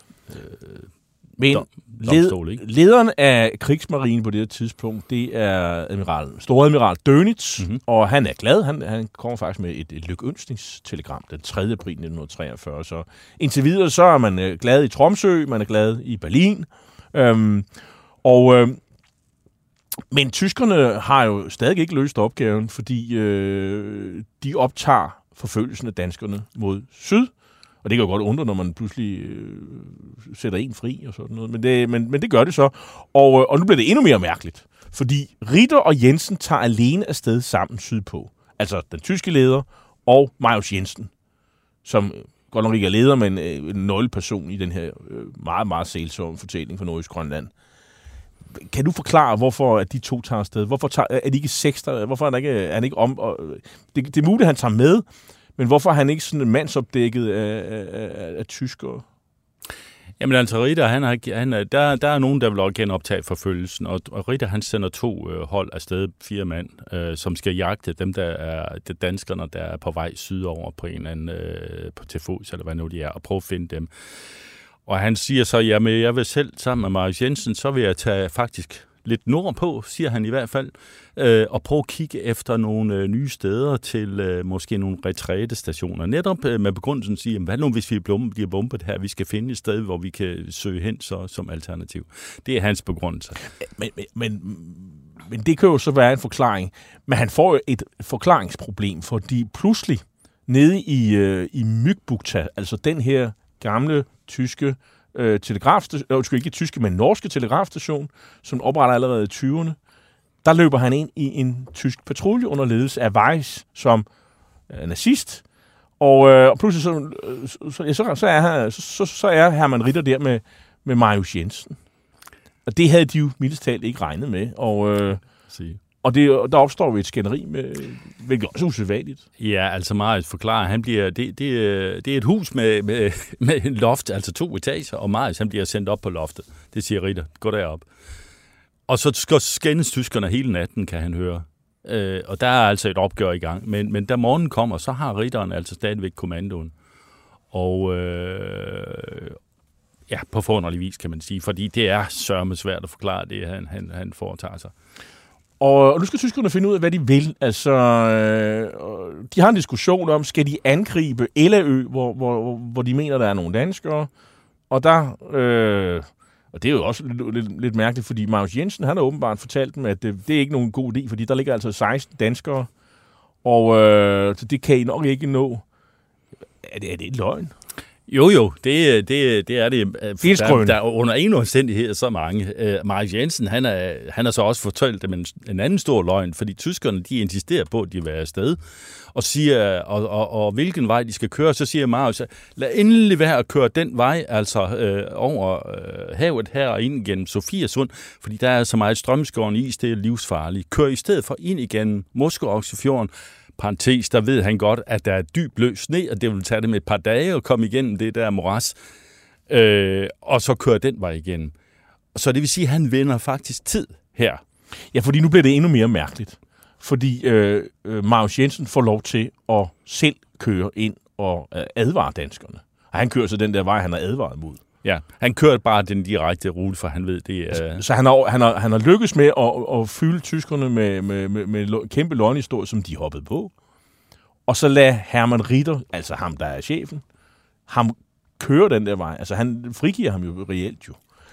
Men dom, domstol, ikke? Lederen af krigsmarinen på det her tidspunkt, det er admiral, storadmiral Dönitz, mm-hmm. og han er glad. Han, han kommer faktisk med et, et lykønskningstelegram den tredje april nitten treogfyrre. Så indtil videre, så er man glad i Tromsø, man er glad i Berlin. Øhm, og... Øhm, Men tyskerne har jo stadig ikke løst opgaven, fordi øh, de optager forfølgelsen af danskerne mod syd. Og det kan jo godt undre, når man pludselig øh, sætter en fri og sådan noget. Men det, men, men det gør det så. Og, og nu bliver det endnu mere mærkeligt. Fordi Ritter og Jensen tager alene afsted sammen sydpå. Altså den tyske leder og Marius Jensen, som godt nok ikke er leder, men øh, en nøgleperson i den her øh, meget, meget sælsomme fortælling fra Nordøst Grønland. Kan du forklare, hvorfor at de to tager afsted? Hvorfor tager, er de ikke seks der? Hvorfor er han ikke, er han ikke om? Og, det, det er muligt, at han tager med, men hvorfor er han ikke sådan mandsopdækket af, af, af, af tyskere? Jamen altså, Ritter, han har, han er, der, der er nogen, der vil også genoptage forfølgelsen, og, og Ritter, han sender to øh, hold afsted, fire mand, øh, som skal jagte dem, der er de danskerne, der er på vej sydover på en eller anden, øh, på til fods, eller hvad nu de er, og prøve at finde dem. Og han siger så, jamen jeg vil selv sammen med Marius Jensen, så vil jeg tage faktisk lidt nordpå, siger han i hvert fald, øh, og prøve at kigge efter nogle øh, nye steder til øh, måske nogle retrætestationer. Netop øh, med begrundelsen siger, hvad nu hvis vi bliver bombet her, vi skal finde et sted, hvor vi kan søge hen så, som alternativ. Det er hans begrundelse. Men, men, men, men det kan jo så være en forklaring. Men han får jo et forklaringsproblem, fordi pludselig nede i, øh, i Mygbukta, altså den her gamle tyske øh, telegrafstation, øh, ikke tyske, men norske telegrafstation, som opretter allerede i tyverne. der løber han ind i en tysk patrulje under ledelse af Weiss som øh, nazist. Og, øh, og pludselig så, så, ja, så, så, er, så, så er Hermann Ritter der med, med Marius Jensen. Og det havde de jo mildest talt ikke regnet med. Og, øh, og det, der opstår jo et skænderi, med, hvilket også er usædvanligt. Ja, altså Marius forklarer, han bliver, det, det, det er et hus med, med, med en loft, altså to etager, og Marius han bliver sendt op på loftet. Det siger Ritter, gå derop. Og så skal skændes tyskerne hele natten, kan han høre. Øh, og der er altså et opgør i gang. Men, men da morgenen kommer, så har Ritteren altså stadigvæk kommandoen. Og øh, ja, på forunderlig vis, kan man sige. Fordi det er sørme svært at forklare det, han, han, han foretager sig. Og, og nu skal tyskerne finde ud af, hvad de vil. Altså, øh, de har en diskussion om, skal de angribe Elleø, hvor, hvor, hvor de mener, der er nogle danskere. Og der... Øh, Og det er jo også lidt, lidt, lidt mærkeligt, fordi Marius Jensen, han har åbenbart fortalt dem, at det, det er ikke nogen god idé, fordi der ligger altså seksten danskere, og øh, det kan I nok ikke nå. Er det, er det et løgn? Jo, jo, det, det, det er det. Det er der, der under en omstændighed så mange. Uh, Marius Jensen, han er, han har så også fortalt dem en, en anden stor løgn, fordi tyskerne, de insisterer på, at de vil være afsted, og siger, og, og, og hvilken vej de skal køre, så siger Marius, lad endelig være at køre den vej, altså øh, over øh, havet her og ind igennem Sofiasund, fordi der er så meget strømskåren is, det er livsfarligt. Kør i stedet for ind igennem Moskva-Oksefjorden, parentes, der ved han godt, at der er dyb løs sne, og det vil tage dem et par dage at komme igennem det der moras, øh, og så kører den vej igennem. Så det vil sige, at han vinder faktisk tid her. Ja, fordi nu bliver det endnu mere mærkeligt. Fordi øh, Marius Jensen får lov til at selv køre ind og øh, advare danskerne. Og han kører så den der vej, han har advaret mod. Ja, han kører bare den direkte rute, for han ved det. Øh... Så han har, han, har, han har lykkes med at, at fylde tyskerne med, med, med, med kæmpe løgnhistorie, som de hoppede på. Og så lader Hermann Ritter, altså ham, der er chefen, ham køre den der vej. Altså han frigiver ham jo reelt jo.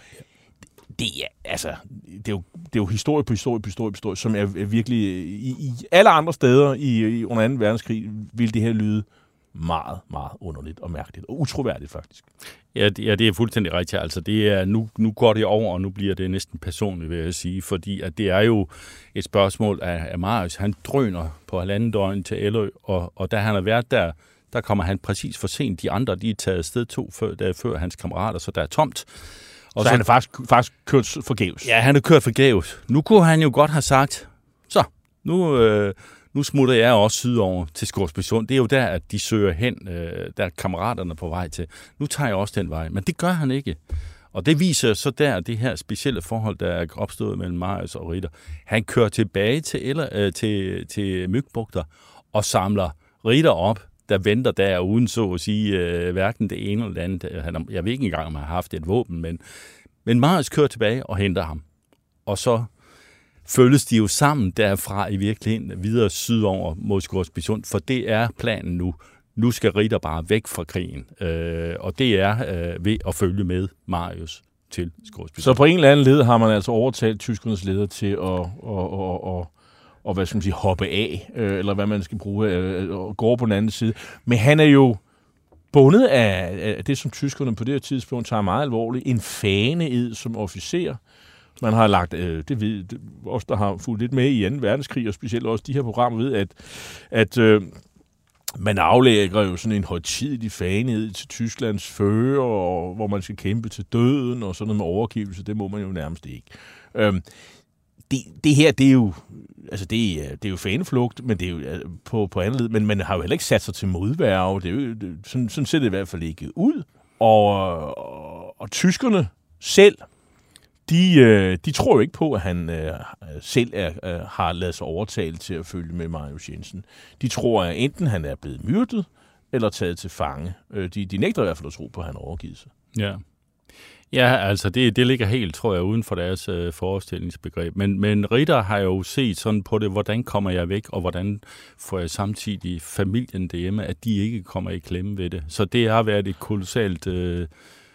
Det er, altså, det er jo, det er jo historie på historie på historie på historie, som er, er virkelig... I, i alle andre steder i, i under anden verdenskrig vil det her lyde meget, meget underligt og mærkeligt. Og utroværdigt, faktisk. Ja, det, ja, det er fuldstændig rigtigt. Altså, det er, nu, nu går det over, og nu bliver det næsten personligt, vil jeg sige. Fordi at det er jo et spørgsmål af, af Marius. Han drøner på halvanden døgn til Elleø, og, og da han har været der, der kommer han præcis for sent. De andre, de er taget afsted to før, der før hans kammerater, så der er tomt. Og så, så han er faktisk, faktisk kørt forgæves? Ja, han er kørt forgæves. Nu kunne han jo godt have sagt, så, nu... Øh, Nu smutter jeg også sydover til Scoresbysund. Det er jo der, at de søger hen, øh, der er kammeraterne på vej til. Nu tager jeg også den vej, men det gør han ikke. Og det viser så der, det her specielle forhold, der er opstået mellem Marius og Ritter. Han kører tilbage til, eller, øh, til, til Mygbugter og samler Ritter op, der venter der uden så at sige øh, hverken det ene eller det andet. Han, jeg ved ikke engang, om han har haft et våben, men, men Marius kører tilbage og henter ham. Og så følges de jo sammen derfra i virkeligheden videre sydover mod Scoresbysund, for det er planen nu. Nu skal Ritter bare væk fra krigen, øh, og det er øh, ved at følge med Marius til Scoresbysund. Så på en eller anden led har man altså overtalt tyskernes leder til at, at, at, at, at hvad skal man sige, hoppe af, øh, eller hvad man skal bruge, øh, og gå over på den anden side. Men han er jo bundet af, af det, som tyskerne på det her tidspunkt tager meget alvorligt, en faneed som officer. Man har lagt, øh, det ved os, der har fulgt lidt med i anden verdenskrig, og specielt også de her programmer ved, at, at øh, man aflægger jo sådan en højtidig faneed til Tysklands fører, og, hvor man skal kæmpe til døden, og sådan noget med overgivelse, det må man jo nærmest ikke. Øh, det, det her, det er jo, altså det er, det er jo faneflugt, men det er jo på, på anden led, men man har jo heller ikke sat sig til modværge, det er jo, det, sådan, sådan ser det i hvert fald ikke ud. Og, og, og tyskerne selv, De, de tror jo ikke på, at han øh, selv er, øh, har ladet sig overtale til at følge med Marius Jensen. De tror, at enten han er blevet myrdet, eller taget til fange. De, de nægter i hvert fald at tro på, at han har overgivet sig. Ja, ja altså det, det ligger helt, tror jeg, uden for deres øh, forestillingsbegreb. Men, men Ritter har jo set sådan på det, hvordan kommer jeg væk, og hvordan får jeg samtidig familien derhjemme, at de ikke kommer i klemme ved det. Så det har været et kolossalt... Øh,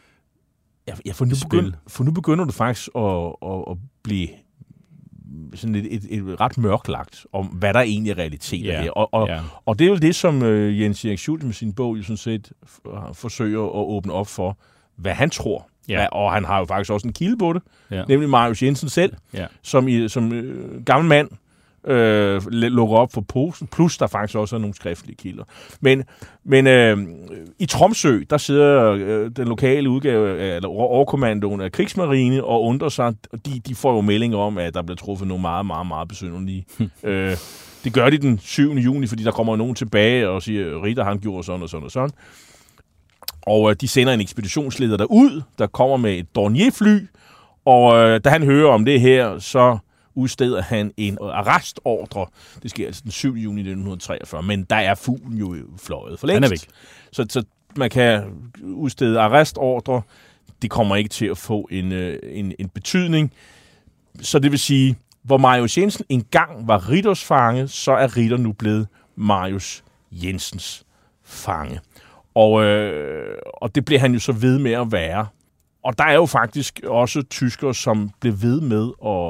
Ja, for, nu begynder, for nu begynder du faktisk at, at, at blive sådan et, et, et ret mørklagt om, hvad der egentlig er realiteter ja, her. Og, og, ja. og det er jo det, som uh, Jens Erik Schultz med sin bog jo sådan set forsøger at åbne op for, hvad han tror Ja. Ja, og han har jo faktisk også en kilde på det, ja. nemlig Marius Jensen selv, ja. som, i, som øh, gammel mand øh, lukker op for posen, plus der faktisk også er nogle skriftlige kilder. Men, men øh, i Tromsø, der sidder øh, den lokale udgave, eller overkommandoen af Krigsmarine, og undrer sig, og de, de får jo meldinger om, at der bliver truffet nogle meget, meget, meget besynderlige. øh, det gør de den syvende juni, fordi der kommer nogen tilbage og siger, Ritter, han gjorde sådan og sådan og sådan. Og øh, de sender en ekspeditionsleder derud, der kommer med et Dornier-fly, og øh, da han hører om det her, så udsteder han en arrestordre. Det sker altså den syvende juni nitten treogfyrre, men der er fuglen jo fløjet for længst. Han er væk. Så, så man kan udstede arrestordre. Det kommer ikke til at få en, en, en betydning. Så det vil sige, hvor Marius Jensen engang var Ritters fange, så er Ritter nu blevet Marius Jensens fange. Og, øh, og det bliver han jo så ved med at være. Og der er jo faktisk også tyskere, som bliver ved med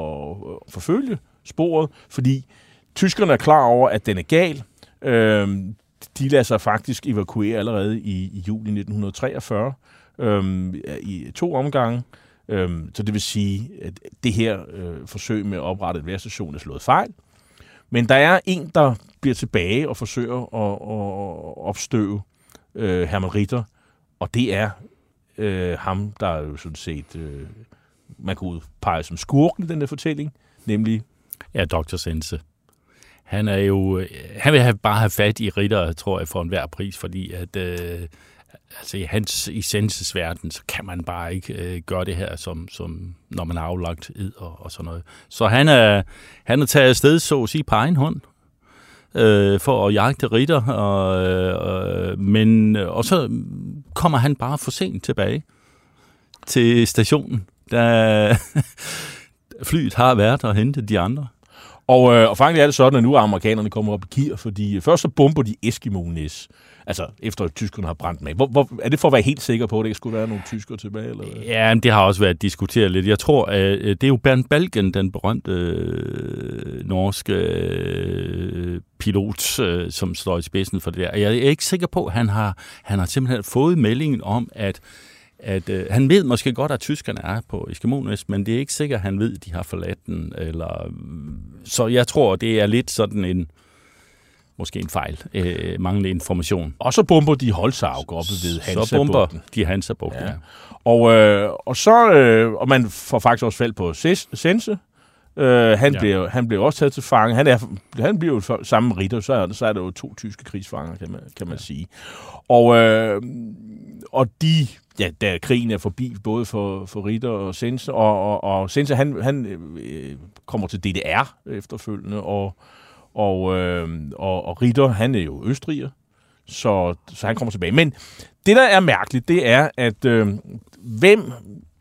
at forfølge sporet, fordi tyskerne er klar over, at den er gal. Øhm, de lader sig faktisk evakuere allerede i, i juli nitten treogfyrre øhm, i to omgange. Øhm, så det vil sige, at det her øh, forsøg med at oprette et værstation er slået fejl. Men der er en, der bliver tilbage og forsøger at, at opstøve øh, Hermann Ritter, og det er øh, ham, der er jo sådan set, øh, man kan udpege som skurken i den der fortælling, nemlig... Ja, doktor Sense. Han er jo, han vil have, bare have fat i Ritter, tror jeg, for enhver pris, fordi at, øh, altså i hans, i Senses verden, så kan man bare ikke øh, gøre det her, som, som når man har aflagt ed og, og sådan noget. Så han er, han er taget afsted, så at sige, på egen hånd, øh, for at jagte Ritter, og, øh, men, og så kommer han bare for sent tilbage til stationen, da flyet har været og hentet de andre. Og, øh, og faktisk er det sådan, at nu er amerikanerne kommet op i gear, fordi først så bomber de Eskimo-næs, altså efter at tyskerne har brændt med. Hvor, hvor, er det for at være helt sikker på, at det ikke skulle være nogle tyskere tilbage? Eller hvad? Ja, det har også været diskuteret lidt. Jeg tror, at det er jo Bernd Balgen, den berømte øh, norske øh, pilot, øh, som står i spidsen for det der. Jeg er ikke sikker på, at han har, han har simpelthen fået meldingen om, at at øh, han ved måske godt, at tyskerne er på Eskimo-næs, men det er ikke sikkert, at han ved, at de har forladt den. Eller, så jeg tror, det er lidt sådan en, måske en fejl, øh, manglende information. Og så bomber de Holzhaug oppe ved Hansa-bugten. Så bomber de Hansa-bugten, ja. ja. Og, øh, og så, øh, og man får faktisk også fald på Sense. Øh, han, ja. blev, han blev også taget til fange. Han, er, han bliver jo sammen med Ritter, så er, så er der jo to tyske krigsfanger, kan man, kan man ja. sige. Og, øh, og de... Ja, da krigen er forbi, både for, for Ritter og Sense, og, og, og Sense, han, han øh, kommer til D D R efterfølgende, og, og, øh, og, og Ritter, han er jo østriger, så, så han kommer tilbage. Men det, der er mærkeligt, det er, at øh, hvem,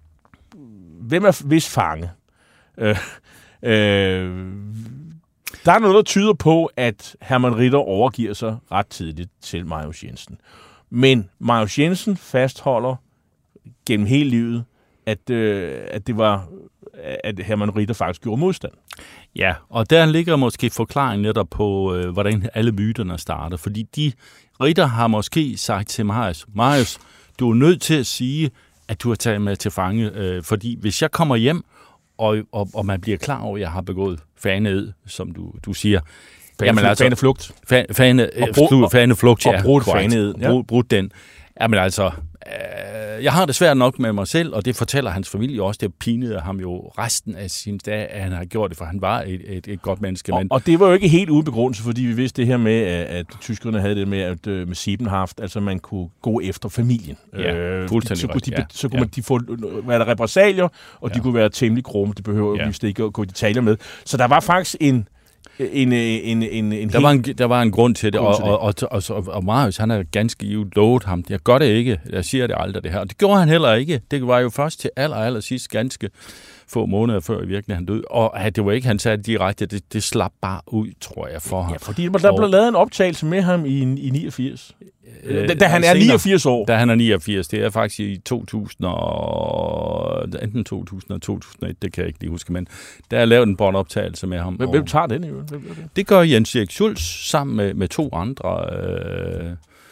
hvem er hvis fange? Øh, øh, der er noget, der tyder på, at Hermann Ritter overgiver sig ret tidligt til Marius Jensen. Men Marius Jensen fastholder gennem hele livet, at, øh, at det var, at Hermann Ritter faktisk gjorde modstand. Ja, og der ligger måske forklaringen netop på, øh, hvordan alle myterne starter. Fordi de Ritter har måske sagt til Marius, Marius, du er nødt til at sige, at du har taget mig til fange, øh, fordi hvis jeg kommer hjem, og, og, og man bliver klar over, at jeg har begået faneed, som du, du siger, Jamen, altså, faneflugt. Fa- fane, og brud, faneflugt, ja. Og brudt faneed. Ja. Brud, brudt den. Jamen altså, øh, jeg har det svært nok med mig selv, og det fortæller hans familie også. Det pinede ham jo resten af sin dag, at han har gjort det, for han var et, et, et godt menneske. Og, men... og det var jo ikke helt uden begrundelse, fordi vi vidste det her med, at, at tyskerne havde det med, at, med Siebenhaft, altså man kunne gå efter familien. Ja, øh, fuldstændig så kunne de, ja. så kunne ja. man, de få være der repressalier, og ja. de kunne være temmelig grumme. Det behøver jo ja. ikke at gå i detaljer med. Så der var faktisk en... En, en, en, en der, var en, der var en grund til det, grund til og, det. Og, og, og, og Marius, han har ganske givet lovet ham. Jeg gør det ikke, jeg siger det aldrig det her. Og det gjorde han heller ikke. Det var jo først til aller, aller sidst ganske få måneder før i virkeligheden han døde. Og at det var ikke, han sagde direkte, det, det slap bare ud, tror jeg, for ham. Ja, fordi der blev lavet en optagelse med ham i, i niogfirs. Øh, da, da han er senere, niogfirs år. Da han er niogfirs. Det er faktisk i to tusind og... Enten to tusind og to tusind og et, det kan jeg ikke lige huske, men der er lavet en båndoptagelse med ham. Hvem, hvem tager den i øvrigt? Det gør Jens Erik Schultz sammen med, med to andre... Øh,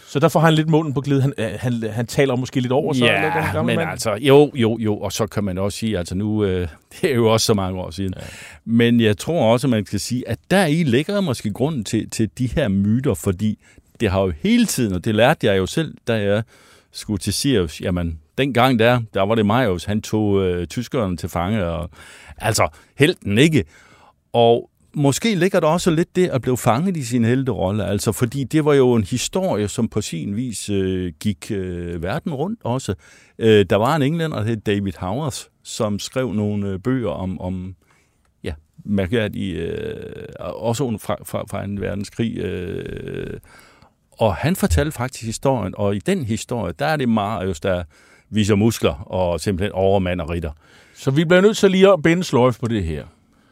Så der får han lidt munden på glid. Han, han, han taler måske lidt over sig. Ja, eller, den men mand. altså, jo, jo, jo, og så kan man også sige, altså nu, øh, det er jo også så mange år siden, ja. Men jeg tror også, at man skal sige, at der i ligger måske grunden til, til de her myter, fordi det har jo hele tiden, og det lærte jeg jo selv, da jeg skulle til Sirius, jamen, dengang der, der var det Marius, han tog øh, tyskerne til fange, og altså, helten ikke. Og måske ligger der også lidt det at blive fanget i sin helterolle, altså fordi det var jo en historie, som på sin vis øh, gik øh, verden rundt også. Øh, der var en englænder, der hed David Howard, som skrev nogle øh, bøger om, om ja, mærkværdige, øh, også fra, fra, fra en verdenskrig. Øh, og han fortalte faktisk historien, og i den historie, der er det Marius, der viser muskler og simpelthen overmand og ritter. Så vi bliver nødt til lige at binde sløjf på det her.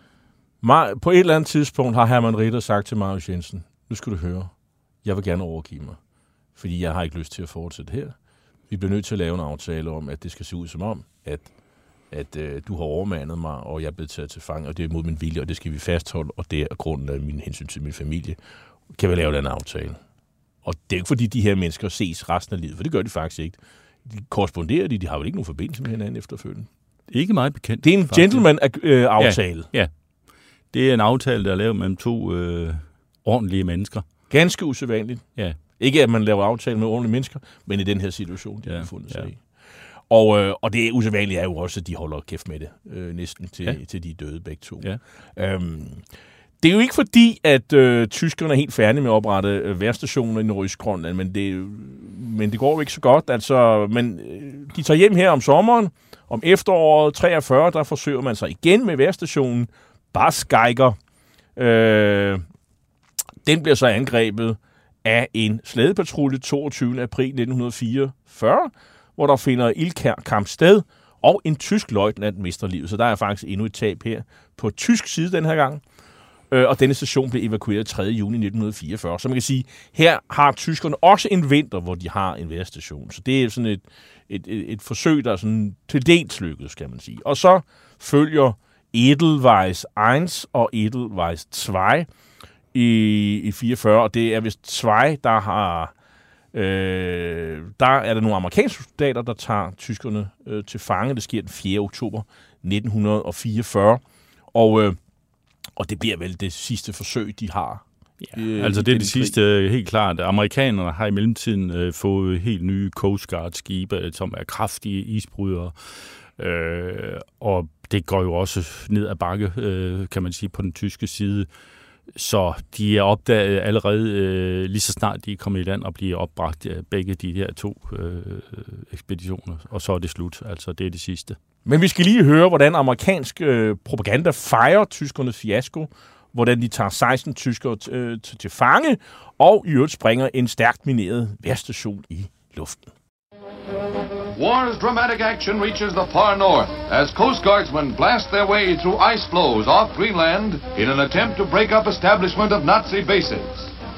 På et eller andet tidspunkt har Hermann Ritter sagt til Marius Jensen, nu skal du høre, jeg vil gerne overgive mig, fordi jeg har ikke lyst til at fortsætte her. Vi bliver nødt til at lave en aftale om, at det skal se ud som om, at, at øh, du har overmandet mig, og jeg er blevet taget til fange, og det er mod min vilje, og det skal vi fastholde, og det er grunden af min hensyn til min familie. Kan vi lave den aftale? Og det er ikke fordi, de her mennesker ses resten af livet, for det gør de faktisk ikke. De korresponderer de, de har jo ikke nogen forbindelse med hinanden efterfølgende. Ikke meget bekendt. Det er en gentleman-aftale. Ja, ja. Det er en aftale, der er lavet mellem to øh, ordentlige mennesker. Ganske usædvanligt. Ja. Ikke at man laver aftale med ordentlige mennesker, men i den her situation, de ja. har fundet sig ja. i. Og, øh, og det usædvanlige er jo også, at de holder kæft med det, øh, næsten til, ja. til de er døde begge to. Ja. Øhm, det er jo ikke fordi, at øh, tyskerne er helt færdige med at oprette øh, vejrstationer i Nordøstgrønland, men det, men det går jo ikke så godt. Altså, men øh, de tager hjem her om sommeren. Om efteråret treogfyrre, der forsøger man sig igen med vejrstationen. Basgeiger. Øh, den bliver så angrebet af en slædepatrulje toogtyvende april nitten fireogfyrre, hvor der finder ildkamp sted, og en tysk løjtnant mister livet. Så der er faktisk endnu et tab her på tysk side den her gang. Øh, og denne station blev evakueret tredje juni nitten fireogfyrre. Så man kan sige, her har tyskerne også en vinter, hvor de har en vejrstation. Så det er sådan et, et, et, et forsøg, der er sådan til dels lykkedes, kan man sige. Og så følger Edelweiss et og Edelweiss to i, i fireogfyrre, og det er vist to, der har øh, der er der nogle amerikanske soldater, der tager tyskerne øh, til fange. Det sker den fjerde oktober nitten fireogfyrre, og, øh, og det bliver vel det sidste forsøg, de har. Ja, øh, altså det er det sidste, helt klart. Amerikanerne har i mellemtiden øh, fået helt nye Coast Guard-skibe, som er kraftige isbrydere, øh, og det går jo også ned ad bakke, øh, kan man sige, på den tyske side. Så de er opdaget allerede øh, lige så snart de er kommet i land og bliver opbragt af begge de her to øh, ekspeditioner. Og så er det slut. Altså, det er det sidste. Men vi skal lige høre, hvordan amerikansk øh, propaganda fejrer tyskernes fiasko. Hvordan de tager seksten tyskere t- øh, t- til fange, og i øvrigt springer en stærkt mineret vejrstation i luften. War's dramatic action reaches the far north as Coast Guardsmen blast their way through ice floes off Greenland in an attempt to break up establishment of Nazi bases.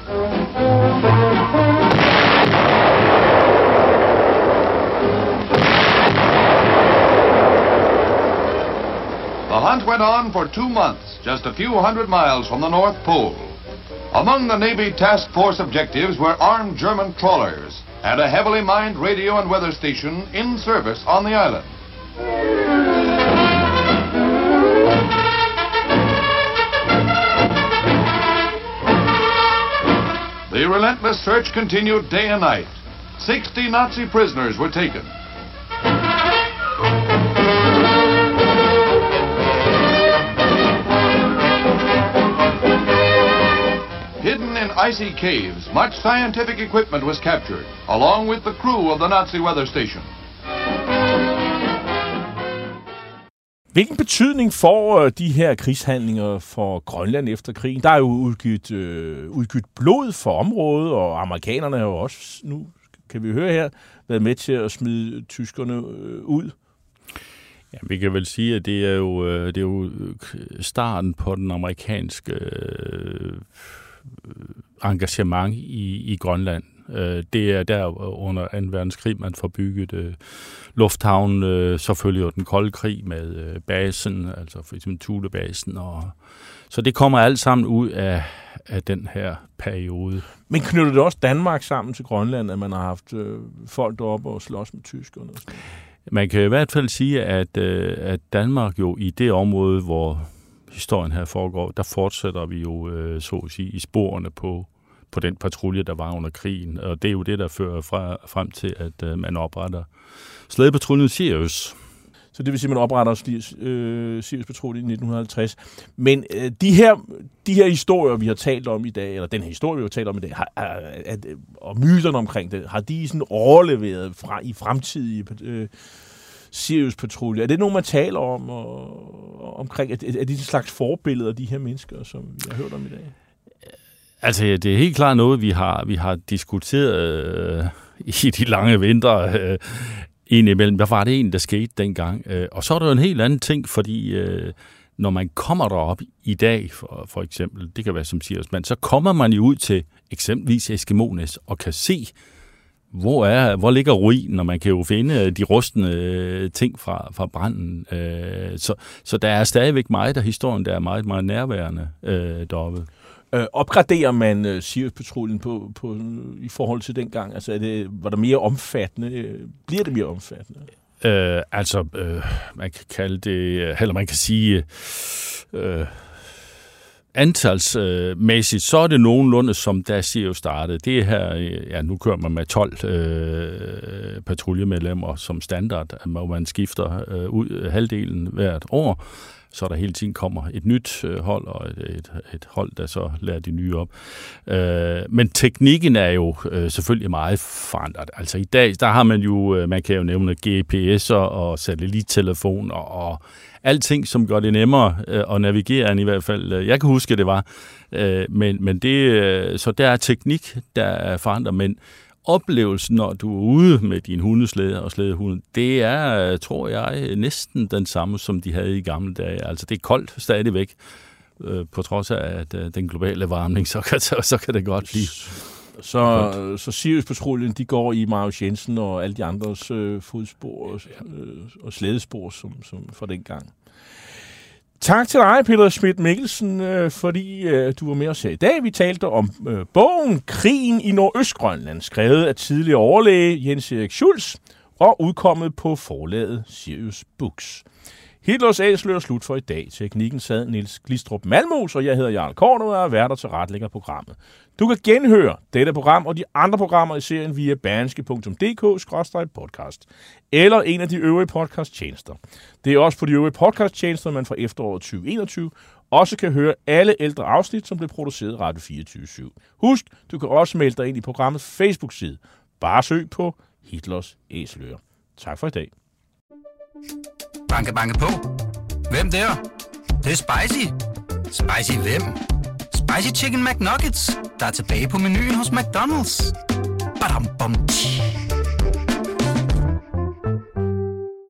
The hunt went on for two months, just a few hundred miles from the North Pole. Among the Navy task force objectives were armed German trawlers and a heavily mined radio and weather station in service on the island. The relentless search continued day and night. Sixty Nazi prisoners were taken. Hidden in icy caves, much scientific equipment was captured, along with the crew of the Nazi weather station. Hvilken betydning får de her krigshandlinger for Grønland efter krigen? Der er jo udgivet, øh, udgivet blod for området, og amerikanerne har jo også, nu kan vi høre her, været med til at smide tyskerne øh, ud. Ja, vi kan vel sige, at det er jo, det er jo starten på den amerikanske øh, engagement i, i Grønland. Det er der under anden verdenskrig, man får bygget øh, lufthavnen, øh, selvfølgelig jo den kolde krig med øh, basen, altså for eksempel Thulebasen. Og, så det kommer alt sammen ud af, af den her periode. Men knytter det også Danmark sammen til Grønland, at man har haft øh, folk deroppe og slås med tyskerne? Man kan i hvert fald sige, at, øh, at Danmark jo i det område, hvor historien her foregår, der fortsætter vi jo, øh, så at sige, i sporene på, på den patrulje, der var under krigen. Og det er jo det, der fører fra, frem til, at øh, man opretter slædepatruljen Sirius. Så det vil sige, at man opretter øh, Sirius-patruljen i nitten halvtreds. Men øh, de, her, de her historier, vi har talt om i dag, eller den her historie, vi har talt om i dag, har, har, at, og myterne omkring det, har de sådan overleveret fra, i fremtidige øh, Sirius-patruljer? Er det nogen, man taler om og, omkring? Er, er det en slags forbilleder af de her mennesker, som vi har hørt om i dag? Altså, det er helt klart noget, vi har, vi har diskuteret øh, i de lange vintre. Øh, indimellem. Hvad var det en, der skete dengang? Øh, og så er der jo en helt anden ting, fordi øh, når man kommer derop i dag, for, for eksempel, det kan være som Siriusmand, så kommer man jo ud til eksempelvis Eskimo-Næs og kan se, hvor, er, hvor ligger ruinen, og man kan jo finde de rustne øh, ting fra, fra branden. Øh, så, så der er stadigvæk meget af historien, der er meget, meget nærværende øh, deroppe. Øh, opgraderer man uh, Sirius-patruljen på, på, i forhold til dengang? Altså, er det, var det mere omfattende? Bliver det mere omfattende? Øh, altså, øh, man kan kalde det, eller man kan sige, øh, antalsmæssigt, så er det nogenlunde, som da Sirius startede. Det er her, ja, nu kører man med tolv øh, patruljemedlemmer som standard, hvor man skifter øh, ud halvdelen hvert år. Så der hele tiden kommer et nyt hold, og et, et, et hold, der så lærer de nye op. Øh, men teknikken er jo øh, selvfølgelig meget forandret. Altså i dag, der har man jo, man kan jo nævne G P S'er og satellittelefoner og alting, som gør det nemmere øh, at navigere, end i hvert fald jeg kan huske, det var. Øh, men, men det, øh, så der er teknik, der er forandret, men oplevelsen, når du er ude med din hundeslæde og slædehunden, det er, tror jeg, næsten den samme, som de havde i gamle dage. Altså, det er koldt stadigvæk, øh, på trods af at, øh, den globale varmning, så kan, så, så kan det godt blive. Så, så Sirius-patruljen, de går i Marius Jensen og alle de andres øh, fodspor og, øh, og slædespor, som, som for den gang. Tak til dig, Peter Schmidt Mikkelsen, øh, fordi øh, du var med os her i dag. Vi talte om øh, bogen Krigen i Nordøstgrønland, skrevet af tidligere overlæge Jens Erik Schultz og udkommet på forlaget Sirius Books. Hitlers Æsler slut for i dag. Teknikken sad Niels Glistrup Malmos, og jeg hedder Jarl Korn, og er vært og tilrettelægger programmet. Du kan genhøre dette program og de andre programmer i serien via berlingske punktum d k skråstreg podcast eller en af de øvrige podcasttjenester. Det er også på de øvrige podcasttjenester, man fra efteråret tyve enogtyve også kan høre alle ældre afsnit, som blev produceret af Radio fireogtyve syv. Husk, du kan også melde dig ind i programmets Facebook-side. Bare søg på Hitlers Æsler. Tak for i dag. Banke, banke på. Hvem der? Det, det er spicy. Spicy hvem? Spicy Chicken McNuggets, der er tilbage på menuen hos McDonald's. Badum, bom, tji.